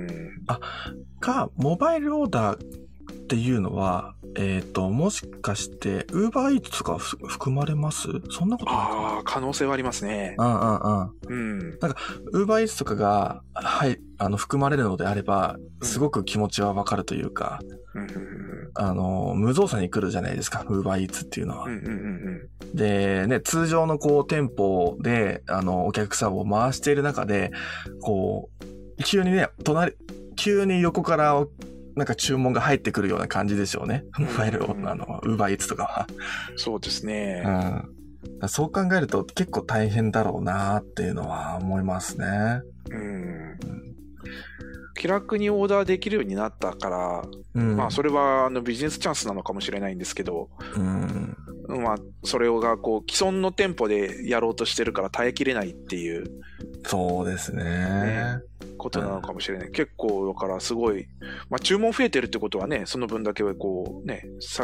あ、か、モバイルオーダーっていうのは、えっと、もしかして、ウーバーイーツとか含まれます？そんなことないかな？ ああ、可能性はありますね。 うんうんうん。 うん。 なんか、ウーバーイーツとかが、はい、あの、含まれるのであれば、すごく気持ちはわかるというか、うん、あの、無造作に来るじゃないですか、ウーバーイーツっていうのは。 うんうんうんうん、 で、ね、通常のこう、店舗で、あの、お客さんを回している中で、こう、急にね、隣、急に横から、なんか注文が入ってくるような感じでしょうね。モバイルを、うん、あの、ウーバーイーツとかは。 そうですね。 うん。そう考えると結構大変だろうなっていうのは思いますね。 うん。うん、気楽にオーダーできるようになったから、うん、まあそれはあのビジネスチャンスなのかもしれないんですけど、 うん、 まあそれがこう既存の店舗でやろうとしてるから耐えきれないっていう。 そうですね。ね、 ことなのかもしれない。うん、結構だからすごい、まあ注文増えてるってことはね、その分だけこうね、さ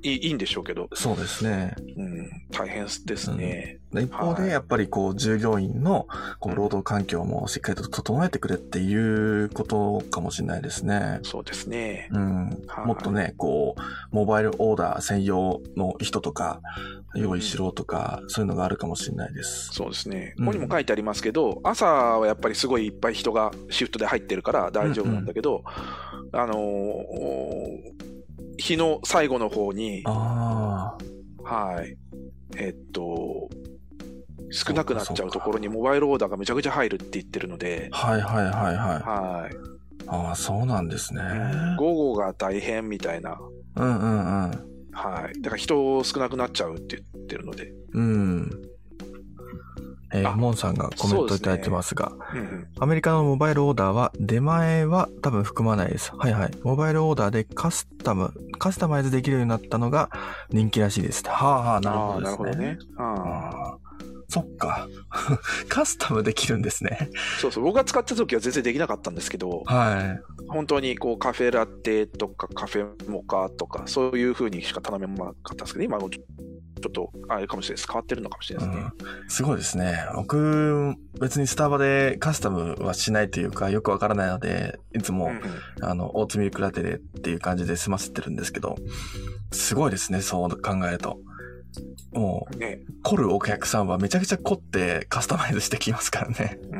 いいいいんでしょうけど。 そうですね。 うん、大変ですね。 うん、一方で、やっぱりこう、従業員のこう労働環境もしっかりと整えてくれっていうことかもしれないですね。 そうですね。 うん。もっとね、こう、モバイルオーダー専用の人とか、用意しろとか、うん、そういうのがあるかもしれないです。 そうですね。ここにも書いてありますけど、うん、朝はやっぱりすごいいっぱい人がシフトで入ってるから大丈夫なんだけど、うんうん、あのー、日の最後の方に、 あはい。えっと、少なくなっちゃうところにモバイルオーダーがめちゃくちゃ入るって言ってるので。 はいはいはいはい。 はい。 ああ、そうなんですね。 午後が大変みたいな。 うんうんうん。 はい。だから人少なくなっちゃうって言ってるので。 うん。えー、モンさんがコメントいただいてますが、 うんうん、 アメリカのモバイルオーダーは出前は多分含まないです。はいはい。モバイルオーダーでカスタム、カスタマイズできるようになったのが人気らしいです。はあはあ、なるほどですね。なるほどね。あそっか。カスタムできるんですね。 そうそう。僕が使った時は全然できなかったんですけど、 はい。 本当にこうカフェラテとかカフェモカとかそういう風にしか頼めなかったんですけど、今ちょっとあれかもしれないです。変わってるのかもしれないですね。 うん、すごいですね。僕、別にスタバでカスタムはしないというかよくわからないので、いつも、うんうん、あの、オーツミルクラテでっていう感じで済ませてるんですけど、すごいですね、そう考えると。もう、ね、凝るお客さんはめちゃくちゃ凝ってカスタマイズしてきますからね。うん、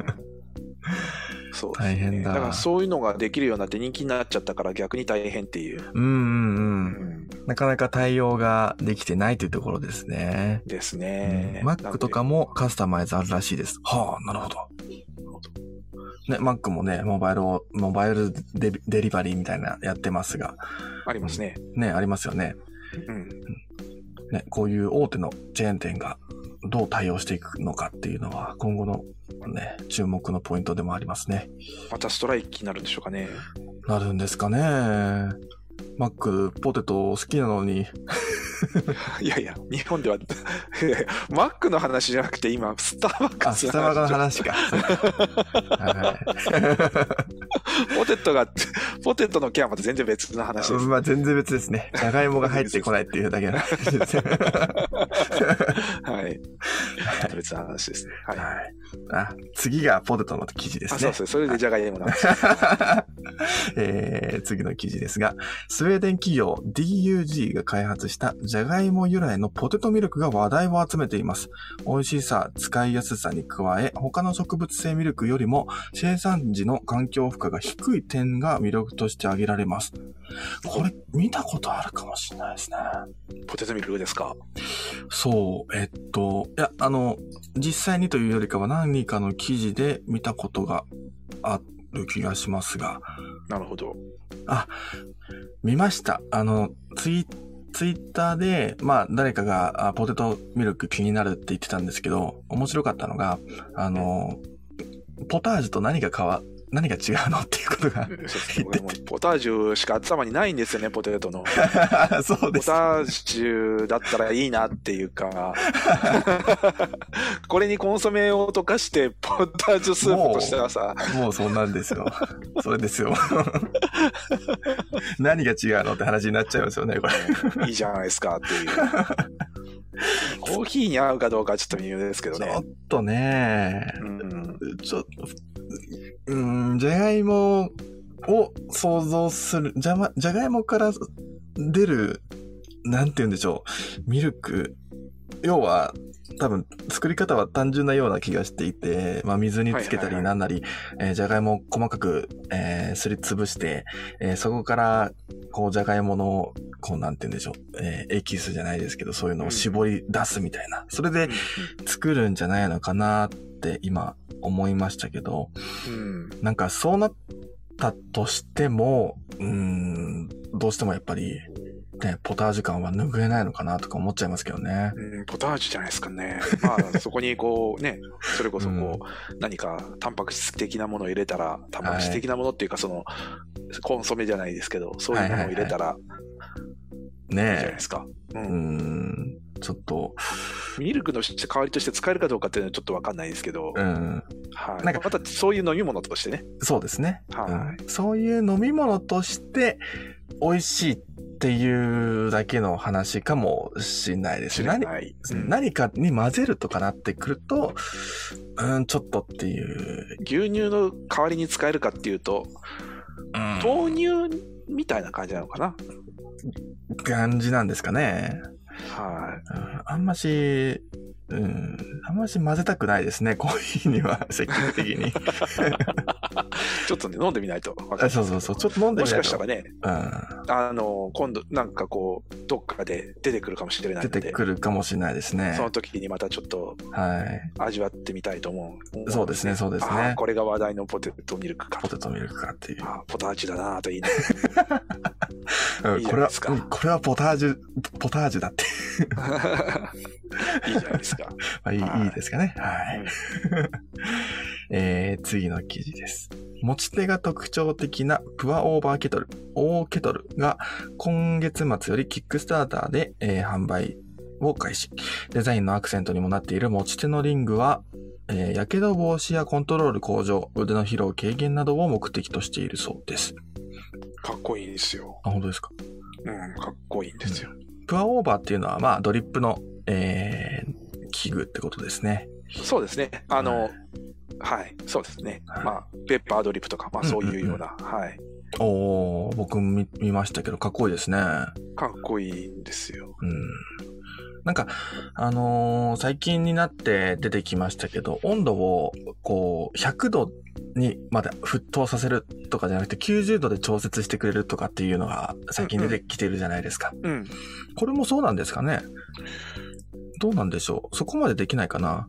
そうですね。大変だ。だからそういうのができるようになって人気になっちゃったから逆に大変っていう。 うんうんうん。うん、なかなか対応ができてないというところですね。 ですね。 うん、Mac とかもカスタマイズあるらしいです。はあ、なるほど。ね、Mac もね、モバイルを、モバイル デ, デリバリーみたいなやってますが。 ありますね。 ね、ありますよね。うん。ね、こういう大手のチェーン店がどう対応していくのかっていうのは今後のね、注目のポイントでもありますね。 またストライキになるんでしょうかね。 なるんですかね。マック、ポテト好きなのに。 いやいや、日本では、マックの話じゃなくて今、スターバックスの話。あ、スタバの話か。はい、 ポテトが、ポテトのケアまた全然別の話です。 まあ全然別ですね。じゃがいもが入ってこないっていうだけの話です。 はい。別の話ですね。はい。はい、 あ、次がポテトの記事ですね。 あ、そうですね。それでじゃがいもの話。 えー、次の記事ですが、スウェーデン企業 ディーユージー が開発したじゃがいも由来のポテトミルクが話題を集めています。美味しさ、使いやすさに加え、他の植物性ミルクよりも生産時の環境負荷が低い点が魅力として挙げられます。これ見たことあるかもしれないですね。 ポテトミルクですか？ そう、えっと、いや、あの、実際にというよりかは何かの記事で見たことがある気がしますが。 なるほど。 あ、見ました。あの、ツイ、ツイッターで、まあ、誰かがあポテトミルク気になるって言ってたんですけど、面白かったのが、あの、ポタージュと何が変わ、何が違うのっていうことが言ってて。 ポタージュしか頭にないんですよね、ポテトの。 そうです。 ポタージュだったらいいなっていうか、これにコンソメを溶かしてポタージュスープとしてはさ。 もう、もうそんなんですよ。それですよ。何が違うのって話になっちゃいますよね、これ。いいじゃないですかっていう。コーヒーに合うかどうかはちょっと微妙ですけどね。 ちょっとね、うん、ちょっと、うん、じゃがいもを想像する、じゃま、じゃがいもから出る、なんて言うんでしょう、ミルク、要は、多分作り方は単純なような気がしていて、まあ水につけたりなんなり、えー、じゃがいもを細かく、えー、すりつぶして、えー、そこからこうじゃがいものこうなんて言うんでしょう、えー、エキスじゃないですけどそういうのを絞り出すみたいな、それで作るんじゃないのかなって今思いましたけど、うん、なんかそうなったとしても、うーん、どうしてもやっぱりね、ポタージュ感は拭えないのかなとか思っちゃいますけどね。 うん、ポタージュじゃないですかね。まあ、そこにこうね、それこそこう、うん、何かタンパク質的なものを入れたら、タンパク質的なものっていうか、その、はい、コンソメじゃないですけど、そういうものを入れたら、 ねえ。いいじゃないですか。 うん。うんちょっと。 ミルクの代わりとして使えるかどうかっていうのはちょっとわかんないですけど、うん。はい。なんかまたそういう飲み物としてね。 そうですね。 はい、 うん。そういう飲み物として、美味しいっっていうだけの話かもしれないですね。何、うん、何かに混ぜるとかなってくると、うん、ちょっとっていう。 牛乳の代わりに使えるかっていうと、うん、豆乳みたいな感じなのかな。 感じなんですかね。 はい、 うん。あんまし、うん、あんまし混ぜたくないですね、コーヒーには、積極的に。 ちょっとね、飲んでみないと分かんない。そうそうそう、ちょっと飲んでみないと。 もしかしたらね、うん、あの、今度なんかこう、どっかで出てくるかもしれないので。 出てくるかもしれないですね。 その時にまたちょっと、味わってみたいと思う。 はい、そうですね、そうですね。 これが話題のポテトミルクか。 ポテトミルクかっていう。 あポタージュだなぁといいね。 うん、いいこれは、これはポタージュ、ポタージュだって。 いいじゃないですか。 まあ、いい、はい、いいですかね。はい。うんえー、次の記事です。持ち手が特徴的なプアオーバーケトル、オーケトルが今月末よりキックスターターで、えー、販売を開始。デザインのアクセントにもなっている持ち手のリングは、えー、やけど防止やコントロール向上、腕の疲労軽減などを目的としているそうです。 かっこいいですよ。 あ、本当ですか。 うん、かっこいいんですよ。うん、 プアオーバーっていうのは、まあ、ドリップの、えー、器具ってことですね。 そうですね。あの、はいはい、そうですね。はい、まあ、ペッパードリップとか、まあそういうような、うんうんうん、はい。 おー、僕見、見ましたけど、かっこいいですね。 かっこいいんですよ。 うん。なんか、あのー、最近になって出てきましたけど、温度を、こう、ひゃくどにまで沸騰させるとかじゃなくて、きゅうじゅうどで調節してくれるとかっていうのが最近出てきてるじゃないですか。 うん、うん。 これもそうなんですかね。どうなんでしょう。そこまでできないかな。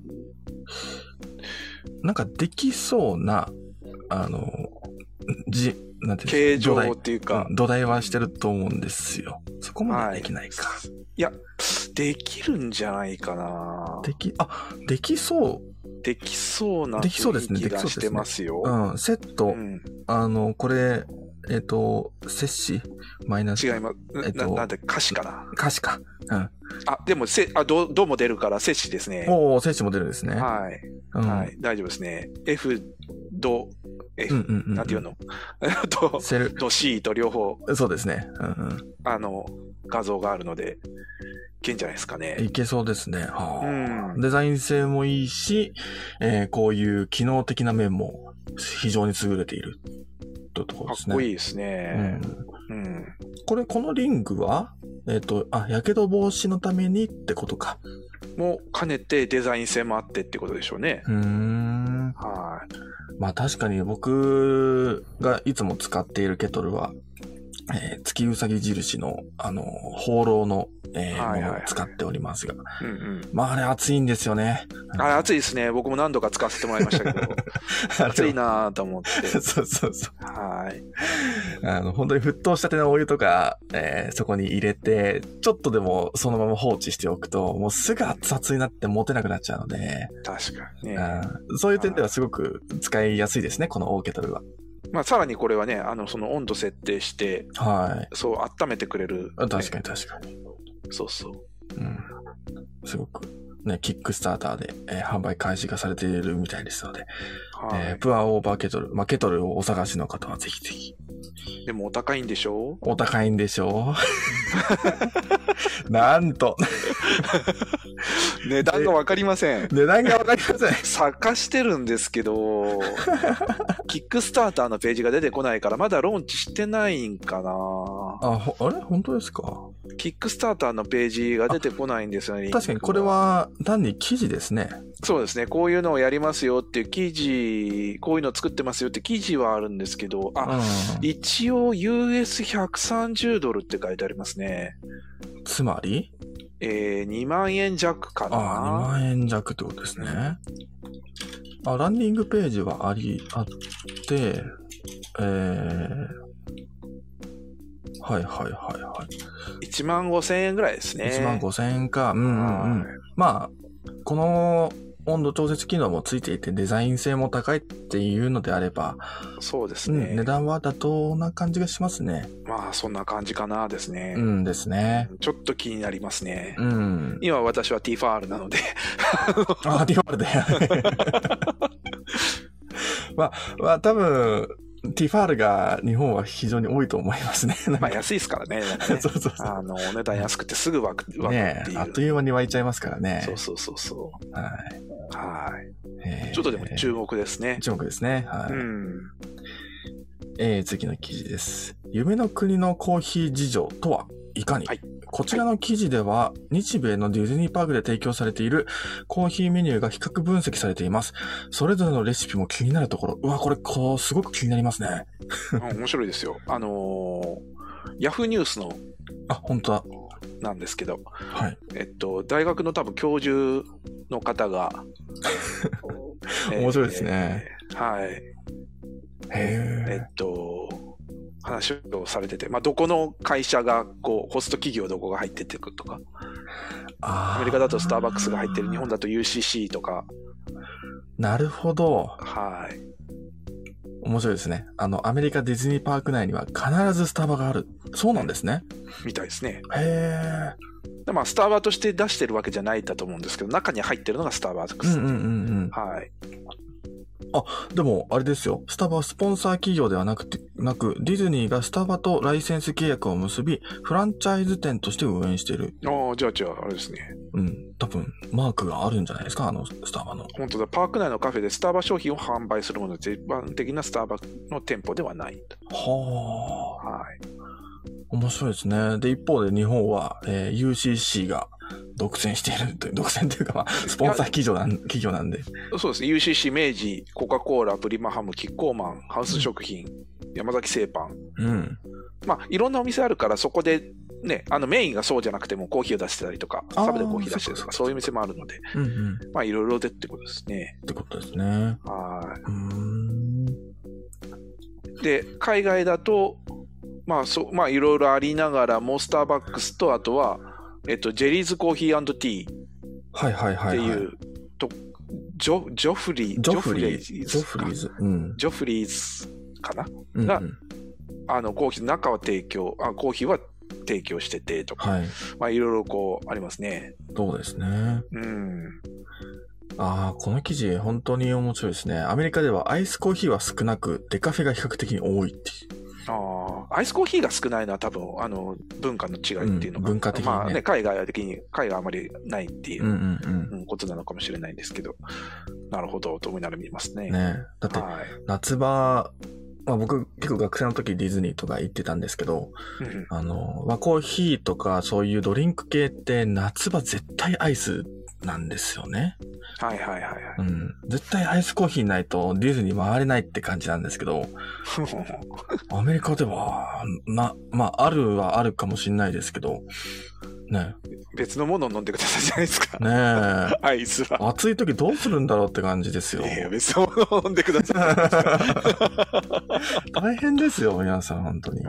なんかできそうな、あの、じ、なんていう形状っていうか、 土台はしてると思うんですよ。そこまでできないか。 はい、いや、できるんじゃないかな。 でき、あ、できそう。 できそうな雰囲気がしてますよ。 うん、セット、うん、あの、これ、えっと、摂氏マイナス。 違います。えっと、な、なんで、可視かな。 可視か。うん。 あ、でも、せ、あ、ど、ども出るから、摂氏ですね。 おお、摂氏も出るんですね。 はい。うん、はい。大丈夫ですね。F、ド、F、うんうんうん、なんていうのと、 セル。 と C と両方。 そうですね。うんうん。 あの、画像があるので、いけんじゃないですかね。 いけそうですね。はあ、 うん、 デザイン性もいいし、えー、こういう機能的な面も非常に優れているとところですね。 かっこいいですね。 うん。うん、これ、このリングは、えっと、あ、やけど防止のためにってことか。 も兼ねてデザイン性もあってってことでしょうね。 うーん。 はい。 まあ確かに僕がいつも使っているケトルは、えー、月うさぎ印の、あの、放浪の、えーはいはいはい、ものを使っておりますが。 うんうん、 まああれ熱いんですよね。 あれ熱いですね。僕も何度か使わせてもらいましたけど。熱いなぁと思って。 そうそうそう。 はい。 あの、本当に沸騰したてのお湯とか、えー、そこに入れて、ちょっとでもそのまま放置しておくと、もうすぐ熱々になって持てなくなっちゃうので。 確かにね。 そういう点ではすごく使いやすいですね、このオーケトルは。 まあ、さらにこれはね、あの、その温度設定して、 はい。 そう、温めてくれる、 ね。確かに確かに。 そうそう。 うん。すごく、ね、キックスターターで、えー、販売開始がされているみたいですので、はい、えー、プアオーバーケトル、まあ、ケトルをお探しの方はぜひぜひ。 でもお高いんでしょお高いんでしょうなんと。 値段がわかりません。 値段がわかりません。 探してるんですけど、キックスターターのページが出てこないから、まだローンチしてないんかな。 あ、あれ本当ですか？ キックスターターのページが出てこないんですよね。 確かにこれは単に記事ですね。 そうですね。こういうのをやりますよっていう記事、こういうのを作ってますよって記事はあるんですけど、あ、一応 ユーエスひゃくさんじゅう ドルって書いてありますね。 つまりえー、にまんえん弱かな。 ああ、にまんえん弱ってことですね。あ、ランディングページはあり、あって、えー、はいはいはいはい。 いちまんごせんえんぐらいですね。 いちまんごせんえんか。うんうんうん。まあ、この温度調節機能もついていてデザイン性も高いっていうのであれば、 そうですね。 うん、値段は妥当な感じがしますね。 まあ、そんな感じかなですね。 うんですね。 ちょっと気になりますね。 うん。 今私は ティーエフアール なので。 あ、ティーエフアール で。まあ、まあ多分、 ティファールが日本は非常に多いと思いますね。 まあ安いですからね。なんかねそうそうそう。 あの、お値段安くてすぐ湧く、湧くっていう。 ねえ、あっという間に湧いちゃいますからね。 そうそうそうそう。 はい。 はい。ちょっとでも注目ですね。 注目ですね。はい。 うん。 えー、次の記事です。夢の国のコーヒー事情とはいかに、はい、こちらの記事では、日米のディズニーパークで提供されているコーヒーメニューが比較分析されています。それぞれのレシピも気になるところ。うわ、これ、こう、すごく気になりますね。 面白いですよ。あのー、ヤフーニュースの。 あ、本当だ。 なんですけど。 はい。 えっと、大学の多分教授の方が。 面白いですね。 えー、はい。 へえっと、話をされてて、まあ、どこの会社が、こう、ホスト企業どこが入ってってくとか、アメリカだとスターバックスが入ってる、日本だと ユーシーシー とか。 なるほど。 はい。 面白いですね。あの、アメリカディズニーパーク内には必ずスタバがある。そうなんですね。 みたいですね。 へー。まあ、スタバとして出してるわけじゃないんだと思うんですけど、中に入ってるのがスターバックス。 うんうんうんうん。 はい。 あ、でも、あれですよ。スタバはスポンサー企業ではなくて、なく、ディズニーがスタバとライセンス契約を結び、フランチャイズ店として運営している。 ああ、じゃあじゃあ、あれですね。 うん。多分、マークがあるんじゃないですか、あの、スタバの。 本当だ。パーク内のカフェでスタバ商品を販売するもので、一般的なスタバの店舗ではない。 はあ。 はい。 面白いですね。で、一方で日本は、えー、ユーシーシー が独占しているという、独占というか、まあ、スポンサー企業なん、企業なんで。 そうですね。ユーシーシー、明治、コカ・コーラ、プリマハム、キッコーマン、ハウス食品、うん、山崎製パン。 うん。 まあ、いろんなお店あるから、そこで、ね、あのメインがそうじゃなくてもコーヒーを出してたりとか、サブでコーヒー出してるとか、そういう店もあるので、 うんうん、 まあ、いろいろでってことですね。 ってことですね。 はい。 うーん。 で、海外だと、まあ、そう、まあ、いろいろありながらも、スターバックスと、あとは、えっと、ジェリーズコーヒー&ティー。 はいはいはい、はい。 っていう、と、ジョ、ジョフリー、 ジョフリーズ。ジョフリーズ。うん。 ジョフリーズかな、 うんうん、 が、あの、コーヒーの中は提供、あ、コーヒーは提供してて、とか。 はい。 まあ、いろいろこう、ありますね。 そうですね。 うん。 ああ、この記事、本当に面白いですね。アメリカではアイスコーヒーは少なく、デカフェが比較的に多いっていう。 ああ、アイスコーヒーが少ないのは多分、あの、文化の違いっていうのが、 うん、文化的にね。 まあね、海外は的に、海外はあまりないっていう、 うんうんうん、 ことなのかもしれないんですけど、なるほど、と思いながら見ますね。 ねだって、はい、夏場、まあ僕結構学生の時ディズニーとか行ってたんですけど、 うん、 あの、まあコーヒーとかそういうドリンク系って夏場絶対アイスなんですよね。 はいはいはいはい。 うん。絶対アイスコーヒーないとディズニー回れないって感じなんですけど、アメリカでは、な、まあ、あるはあるかもしれないですけど、ね。 別のものを飲んでくださいじゃないですか。 ねえ。 アイスは。 暑い時どうするんだろうって感じですよ。 いや、別のものを飲んでください。大変ですよ、皆さん、本当に。へえ。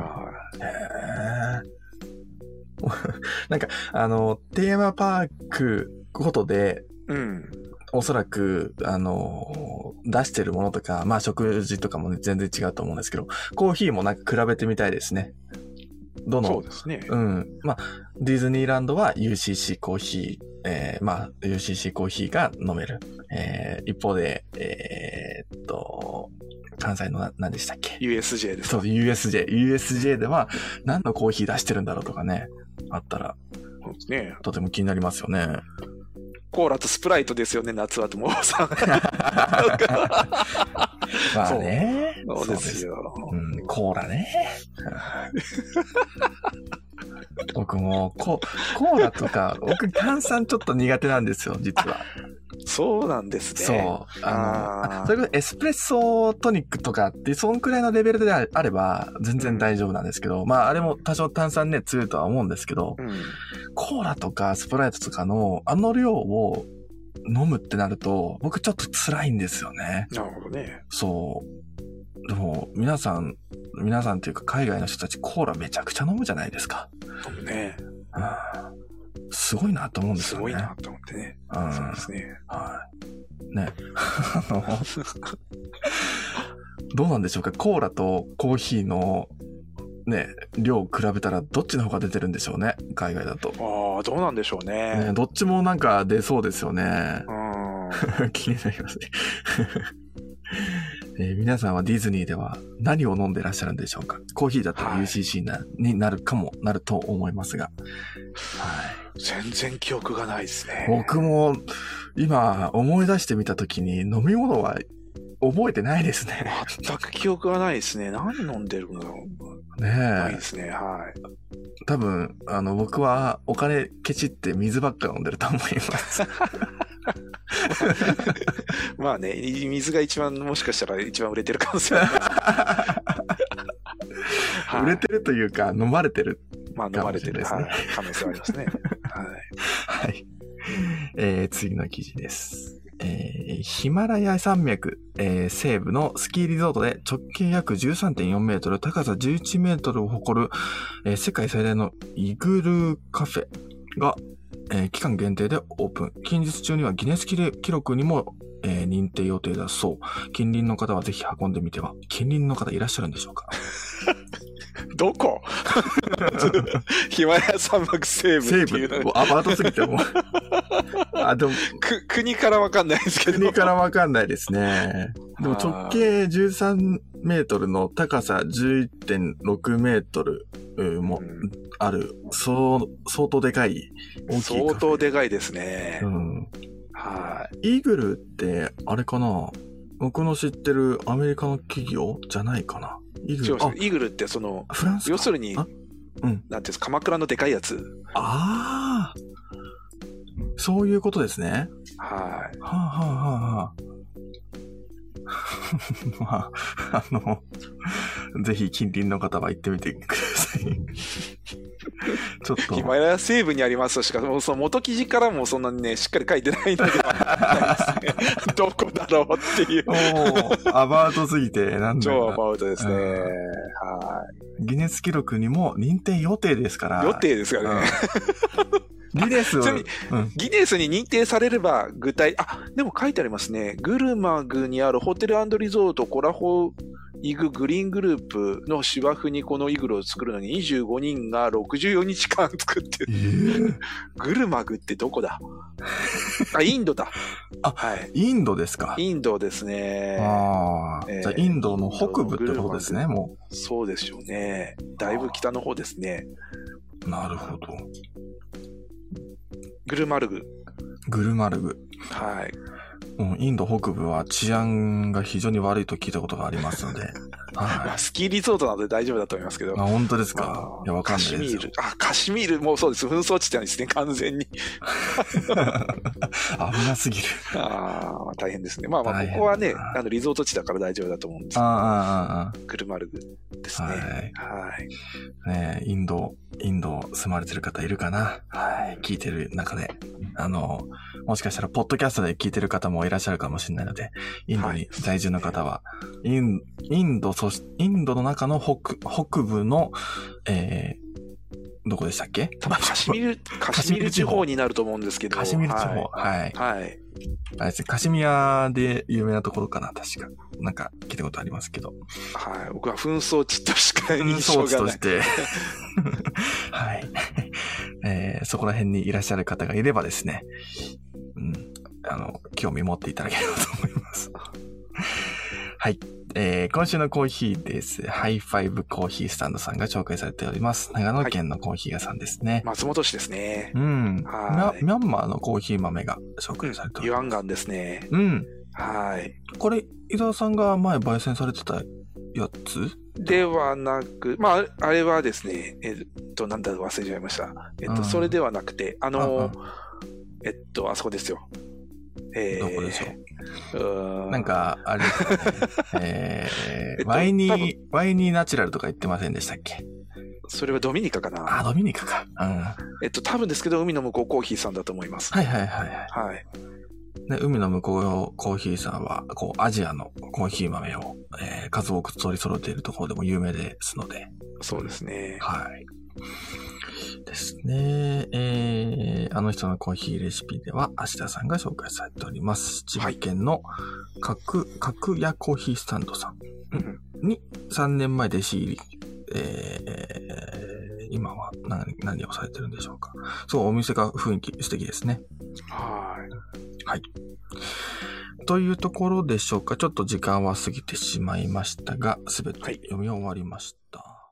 なんか、あの、テーマパークごとで、 うん。 おそらく、あの、出してるものとか、まあ食事とかも、ね、全然違うと思うんですけど、コーヒーもなんか比べてみたいですね。どの、 そうですね。 うん。まあ、ディズニーランドは ユーシーシー コーヒー、えー、まあ、ユーシーシー コーヒーが飲める。えー、一方で、えー、っと、関西のな何でしたっけユーエスジェー です。 そう、ユーエスジェー。ユーエスジェー では何のコーヒー出してるんだろうとかね、あったら。 そうですね。 とても気になりますよね。 コーラとスプライトですよね、夏はともうさ。 まあね。 そうですよ。 うん、コーラね。僕もコ、コーラとか、僕炭酸ちょっと苦手なんですよ、実は。 そうなんですね。 そう。あの、あそれこそエスプレッソトニックとかって、そんくらいのレベルであれば全然大丈夫なんですけど、うん、まああれも多少炭酸ね強いとは思うんですけど、 うん、 コーラとかスプライトとかのあの量を飲むってなると、僕ちょっと辛いんですよね。 なるほどね。 そう。でも、皆さん、皆さんというか海外の人たちコーラめちゃくちゃ飲むじゃないですか。 飲むね。 うん、すごいなと思うんですよね。 すごいなと思ってね。 うん、 そうですね。 はい。ね。どうなんでしょうか。コーラとコーヒーのね、量を比べたらどっちの方が出てるんでしょうね。海外だと。 ああ、どうなんでしょうね。 ね、どっちもなんか出そうですよね。 うん。 気になりますね。 えー、皆さんはディズニーでは何を飲んでらっしゃるんでしょうか。コーヒーだったら ユーシーシー な、はい、になるかもなると思いますが。 はい。全然記憶がないですね。 僕も今思い出してみたときに飲み物は覚えてないですね。 全く記憶がないですね。何飲んでるんだろう。ねえ。ないですね。はい。 多分、あの、僕はお金ケチって水ばっか飲んでると思います。 まあね、水が一番、もしかしたら一番売れてる可能性はある。売れてるというか、飲まれてる。 まあ、飲まれてる、はい、可能性はありますね。はい。 はい。えー、次の記事です。えー、ヒマラヤ山脈、えー、西部のスキーリゾートで直径約 じゅうさんてんよんメートル、高さじゅういちメートルを誇る、えー、世界最大のイグルーカフェが、えー、期間限定でオープン。近日中にはギネス記録にも、えー、認定予定だそう。近隣の方はぜひ運んでみては。近隣の方いらっしゃるんでしょうか？ どこ？ヒマラヤ山脈西部っていうの。 西部アパートすぎてもあ、でもく国からわかんないですけど。 国からわかんないですね。でも直径じゅうさんメートルの高さ じゅういってんろくメートルもある、うん、そう相当でかい大きい相当でかいですね。 うん、 はい。 イーグルってあれかな？僕の知ってるアメリカの企業じゃないかな。 イーグル、イーグルってそのフランス要するに、うん、なんていうんですか、鎌倉のでかいやつ。 ああ、そういうことですね。 はい。 はあ、はあはあはあ、まあ、あの、ぜひ近隣の方は行ってみてください。ちょっと。 ヒマラヤ西部にありますしかも、その元記事からもそんなにね、しっかり書いてないのではないですね。どこだろうっていう。 おアバウトすぎて、なんだ超アバウトですね。はい。 ギネス記録にも認定予定ですから。 予定ですからね。 ギネスを、 ちなみに、うん、ギネスに認定されれば具体、あ、でも書いてありますね。グルマグにあるホテル&リゾートコラホイググリーングループの芝生にこのイグルを作るのににじゅうごにんがろくじゅうよっかん作ってる。えー、グルマグってどこだ？あ、インドだ。 あ、はい。インドですか。 インドですね。 ああ、えー、じゃあインドの北部ってことですね、もう。そうでしょうね。だいぶ北の方ですね。 なるほど。 グルマルグ。 グルマルグ。 はい。 うん、インド北部は治安が非常に悪いと聞いたことがありますので。 はい、スキーリゾートなので大丈夫だと思いますけど。 あ、本当ですか。まあ、いや、わかんないですよ。 カシミール。あ、カシミールもそうです。紛争地帯ですね、完全に。 危なすぎる。 ああ、大変ですね。まあまあ、ここはね、あのリゾート地だから大丈夫だと思うんですけど。ああ、グルマルグですね。はい。はい、 ねえ、インド、インド住まれてる方いるかな。はい。聞いてる中で。あの、もしかしたら、ポッドキャストで聞いてる方もいらっしゃるかもしれないので、インドに在住の方は、はい、イン、インド、そして、インドの中の北、北部の、えー、どこでしたっけ？ カシミル、カシミル地方になると思うんですけど。 カシミル地方。はい。 はい。 あれですね、カシミヤで有名なところかな、確か。なんか聞いたことありますけど。 はい。僕は紛争地としか印象がない。紛争地として。 はい。えー、そこら辺にいらっしゃる方がいればですね、うん、あの、興味持っていただければと思います。はい。えー、今週のコーヒーです。ハイファイブコーヒースタンドさんが紹介されております。長野県のコーヒー屋さんですね。はい、 松本市ですね。 うん。はい。ミャンマーのコーヒー豆が紹介されております。 ユアンガンですね。 うん。 はい。 これ、伊沢さんが前焙煎されてたやつではなく、まあ、あれはですね、えっと、なんだ忘れちゃいました。えっと、それではなくて、あの、えっと、あそこですよ。 えー、どこでしょう。なんか、あれですかね。えー、えっと、ワイニー、ワイニーナチュラルとか言ってませんでしたっけ？ それはドミニカかな。 あ、ドミニカか。うん。 えっと、多分ですけど、海の向こうコーヒーさんだと思います。 はいはいはい。 はい。 で、海の向こうコーヒーさんは、こう、アジアのコーヒー豆を、えー、数多く取り揃えているところでも有名ですので。 そうですね。 はい。ですね。えー、あの人のコーヒーレシピでは、芦田さんが紹介されております。千葉県の角、角屋コーヒースタンドさんにさんねんまえ弟子入り、えー、今は何、何をされてるんでしょうか。そう、お店が雰囲気素敵ですね。 はい。 はい。 というところでしょうか。ちょっと時間は過ぎてしまいましたが、すべて読み終わりました。はい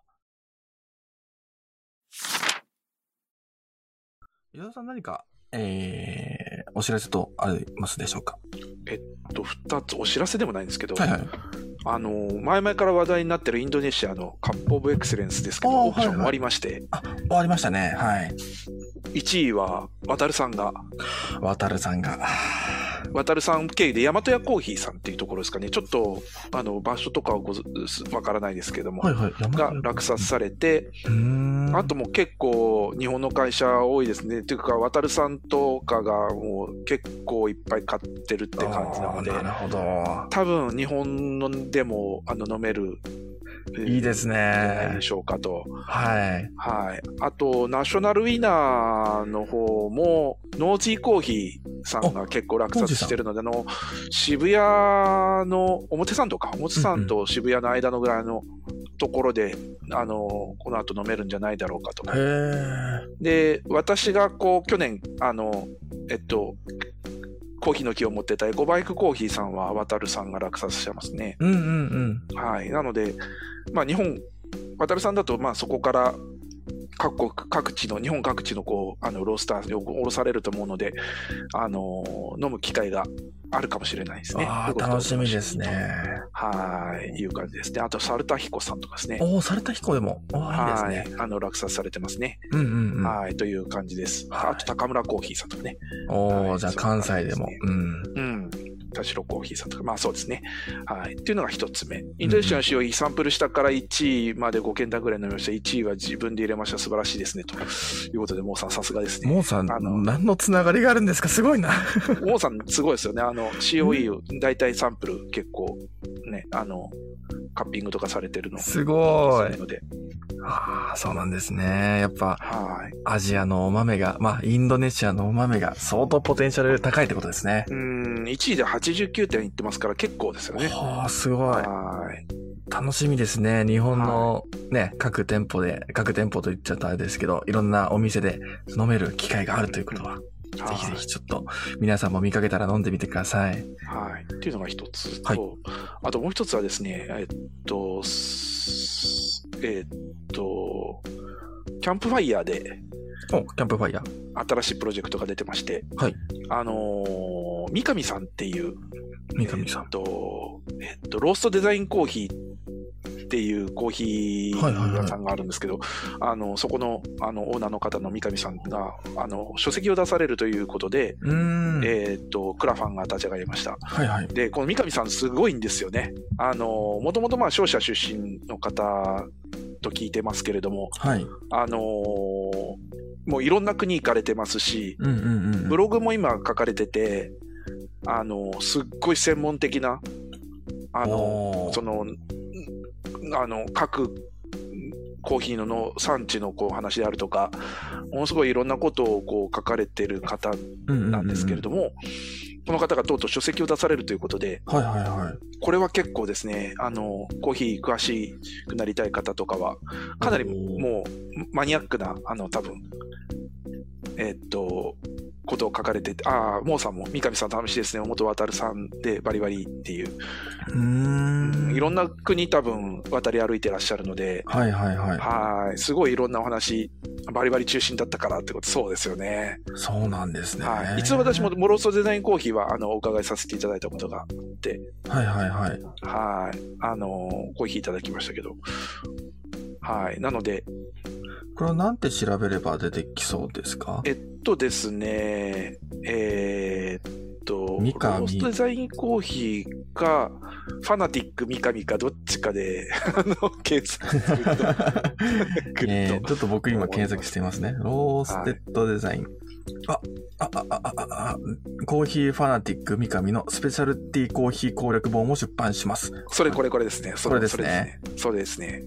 、伊沢さん何か、えー、お知らせとありますでしょうか。 えっと、二つ、お知らせでもないんですけど、 はいはい。 あの、前々から話題になってるインドネシアのカップオブエクセレンスですけど、オークション終わりまして。 はいはい、あ、終わりましたね。はい。 いちいは、渡るさんが。 渡るさんが。 渡るさん経由で、大和屋コーヒーさんっていうところですかね。ちょっと、あの、場所とかはごわからないですけども、 はいはい、 が落札されて、あとも結構日本の会社多いですね。というか、渡るさんとかがもう結構いっぱい買ってるって感じなので、 なるほど。 多分日本のでもあの飲める。 いいですね。 でしょうかと。 はい。 はい。あと、ナショナルウィナーの方も、ノージーコーヒーさんが結構落札してるので、あの、渋谷の表参道か、表参道と渋谷の間のぐらいのところで、うん、あの、この後飲めるんじゃないだろうかと。 へー。 で、私がこう、去年、あの、えっと、コーヒーの木を持ってたエコバイクコーヒーさんは渡るさんが落札してますね。 うんうんうん。 はい。なので、まあ日本、渡るさんだと、まあそこから各国、各地の、日本各地のこう、あの、ロースターにおろされると思うので、あのー、飲む機会があるかもしれないですね。 ああ、楽しみですね。 はい、いう感じですね。あと、サルタヒコさんとかですね。 おお、サルタヒコでも。はい、いいですね。 あの、落札されてますね。 うんうんうん。 はい、という感じです。あと、高村コーヒーさんとかね。 おお、じゃあ関西でも。うん。 うん。田代コーヒーさんとか、まあそうですね。はい。っていうのが一つ目。インドネシアの使用費サンプル下からいちいまでごけんだぐらい飲みました。いちいは自分で入れました。素晴らしいですね。ということで、モーさんさすがですね。 モーさん、あの何のつながりがあるんですか？すごいな。 モーさんすごいですよね。あの、シーオーイー を大体サンプル結構ね、あの、カッピングとかされてるの。 すごい。ああ、そうなんですね。やっぱ、はい、アジアのお豆が、まあ、インドネシアのお豆が相当ポテンシャル高いってことですね。 うん、いちいではちじゅうきゅうてんいってますから結構ですよね。 はあ、すごい。 はい。 楽しみですね。日本のね、はい、各店舗で、各店舗と言っちゃったあれですけど、いろんなお店で飲める機会があるということは、うん、ぜひぜひちょっと皆さんも見かけたら飲んでみてください。 はい。っていうのが一つと、 はい、 あともう一つはですね、えっと、えっと、キャンプファイヤーで、 お、キャンプファイヤー。 新しいプロジェクトが出てまして、 はい。 あのー、三上さんっていう、 三上さん。 えっと、えっと、ローストデザインコーヒーっていうコーヒー屋さんがあるんですけど、あの、そこの、あの、オーナーの方の三上さんが、あの、書籍を出されるということで、 うーんえっと、クラファンが立ち上がりました。 はいはい。 で、この三上さんすごいんですよね。あの、もともとまあ、商社出身の方と聞いてますけれども、 はい。 あのー、もういろんな国行かれてますし、 うんうんうん、 ブログも今書かれてて、あのー、すっごい専門的な、あのー、その、あの、各コーヒーのの産地のこう話であるとか、ものすごいいろんなことをこう書かれてる方なんですけれども、うんうんうんうん、この方がとうとう書籍を出されるということで、 はいはいはい、 これは結構ですね、あの、コーヒー詳しくなりたい方とかは、かなりもうマニアックな、あの、多分、えー、っと、ことを書かれてて、ああ、モーさんも、三上さん楽しいですね、元渡さんでバリバリっていう。 うーん。 いろんな国多分渡り歩いてらっしゃるので、 はいはいはい。 はい。すごいいろんなお話、バリバリ中心だったからってこと、そうですよね。 そうなんですね。 はい。一度私もモローストデザインコーヒーは、あの、お伺いさせていただいたことがあって。 はいはいはい。 はい。あの、コーヒーいただきましたけど。はい。なので、 これはなんて調べれば出てきそうですか？ えっとですね、えー、っと、 三上ローストデザインコーヒーか、ファナティック三上かどっちかで、あの、検索すると。 えー、ちょっと僕今検索していますね。ローステッドデザイン。はい、あ、あ、あ、あ、あ、あ、コーヒーファナティック三上のスペシャルティーコーヒー攻略本を出版します。 それこれこれですね。 それですね。 それですね。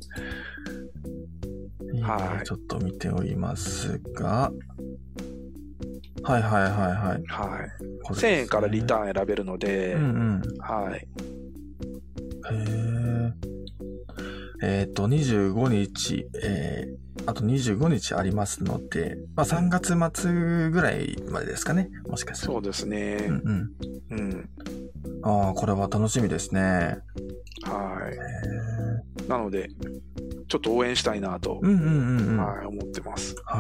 はい。ちょっと見ておりますが。はいはいはいはい。 はい。ね、せんえんからリターン選べるので、 うんうん、 はい。 へえ。えっと、にじゅうごにち、えー、あとにじゅうごにちありますので、まあさんがつ末ぐらいまでですかね。もしかしたら。 そうですね。 うんうん。 うん。 ああ、これは楽しみですね。 はい。なので、ちょっと応援したいなと、 うんうんうんうん、 はい、思ってます。 はい。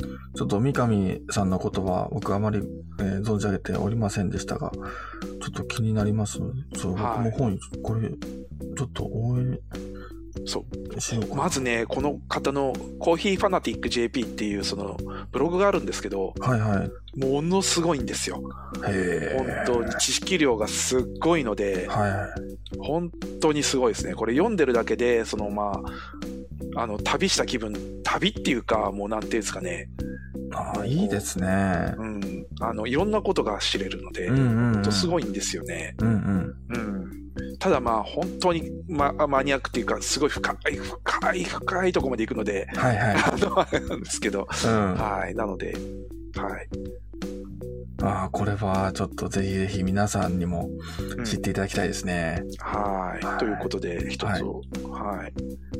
ちょっと三上さんの言葉、僕あまり、えー、存じ上げておりませんでしたが、ちょっと気になります。そう、僕も本、これ、ちょっと応援、 そうまずね、この方のコーヒーファナティック ジェーピー っていうそのブログがあるんですけど、 はいはい、 ものすごいんですよ。 へ本当に知識量がすっごいので、 はい、 本当にすごいですね。これ読んでるだけで、そのまあ、あの、旅した気分、旅っていうか、もうなんていうんですかね。 ああ、いいですね。 うん。あの、いろんなことが知れるので、 うんうんうん、 本当すごいんですよね。 うんうん。 うんただまあ本当に、ま、マニアックっていうかすごい深い深い深いところまで行くので、 はいはい、 あのあれなんですけど、 うん、 はいなので、はい。 ああこれはちょっとぜひぜひ皆さんにも知っていただきたいですね。 うん、はい、はい、ということで一つを、はい。はい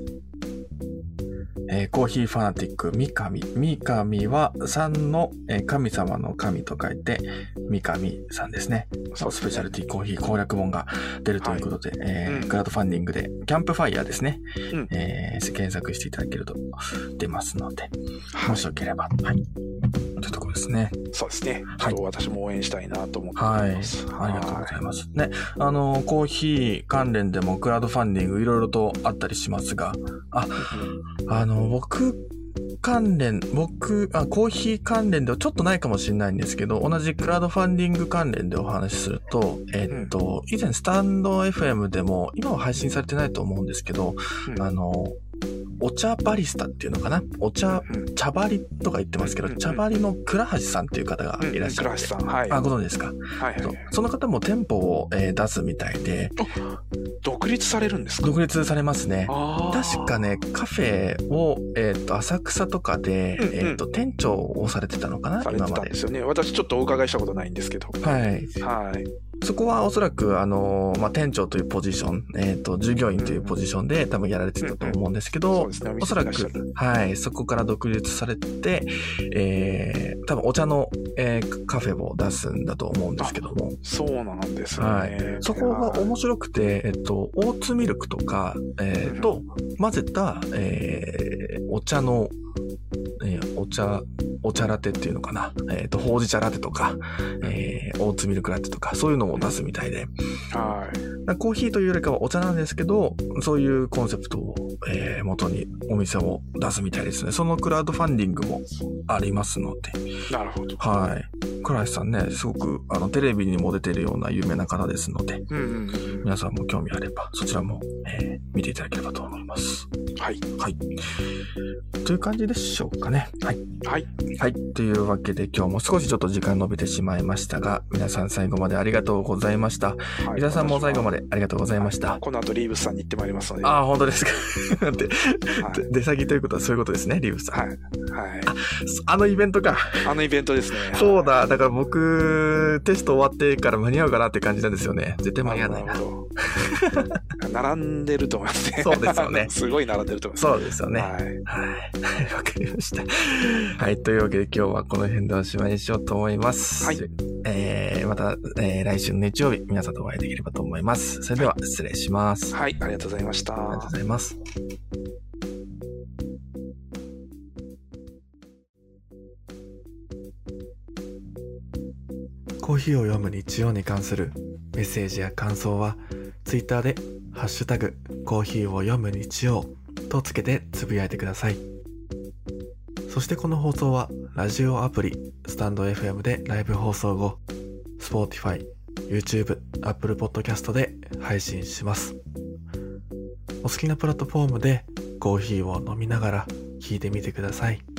えー、コーヒーファナティック三上。三上はさんの、えー、神様の神と書いて三上さんですね。そう、スペシャルティーコーヒー攻略本が出るということで、はいえーうん、クラウドファンディングでキャンプファイヤーですね、うんえー、検索していただけると出ますので、はい、もしよければ、はい。というところですね。 そうですね。ちょっと私も応援したいなと思っております。 はい。ありがとうございます。ね。あの、コーヒー関連でもクラウドファンディングいろいろとあったりしますが、あ、あの、僕関連、僕、あ、コーヒー関連ではちょっとないかもしれないんですけど、同じクラウドファンディング関連でお話しすると、えっと、以前スタンド エフエム でも、今は配信されてないと思うんですけど、あの、お茶バリスタっていうのかなお茶、茶バリとか言ってますけど、茶バリの倉橋さんっていう方がいらっしゃって。倉橋さん、はい。あ、ご存知ですか。はいはい。その方も店舗を、えー、出すみたいで。 独立されるんですか？ 独立されますね。確かね、カフェを、えっと、浅草とかで、うんうん、えっと、店長をされてたのかなされてたんですよね。私ちょっとお伺いしたことないんですけど。 はい。 はい。 そこはおそらく、あの、まあ、店長というポジション、えっと、従業員というポジションで多分やられてたと思うんですけど、おそらく、はい、そこから独立されて、えー、多分お茶の、えー、カフェを出すんだと思うんですけども。 そうなんですね。 はい。そこが面白くて、えっと、オーツミルクとか、えー、と、混ぜた、えー、お茶の、えー、お茶、お茶ラテっていうのかな。えっと、ほうじ茶ラテとか、えー、オーツミルクラテとか、そういうのを出すみたいで。 はい。 コーヒーというよりかはお茶なんですけど、そういうコンセプトを、えー、元にお店を出すみたいですね。そのクラウドファンディングもありますので。 なるほど。 はい。倉橋さんね、すごく、あの、テレビにも出てるような有名な方ですので、うんうんうん、皆さんも興味あれば、そちらも、えー、見ていただければと思います。 はい。 はい。という感じでしょうかね。はい。 はい。 はい。というわけで今日も少しちょっと時間伸びてしまいましたが、皆さん最後までありがとうございました。はい、伊沢さんも最後までありがとうございました。 はい、この後リーブスさんに行ってまいりますので。 ああ、本当ですか。で、はい、出先ということはそういうことですね、リーブスさん。 はい。はい。 あ、あのイベントか。 あのイベントですね。 そうだ。だから僕、テスト終わってから間に合うかなって感じなんですよね。絶対間に合わないな。なるほど。 並んでると思いますね。 そうですよね。 すごい並んでると思います。 そうですよね。はい。はい。わかりました。はい。というわけで今日はこの辺でおしまいにしようと思います。はい。えー、また、えー、来週の日曜日、皆さんとお会いできればと思います。それでは失礼します。 はい。ありがとうございました。 ありがとうございます。コーヒーを読む日曜に関するメッセージや感想は、ツイッターでハッシュタグコーヒーを読む日曜とつけてつぶやいてください。そしてこの放送はラジオアプリスタンド エフエム でライブ放送後、Spotify、YouTube、Apple Podcast で配信します。お好きなプラットフォームでコーヒーを飲みながら聞いてみてください。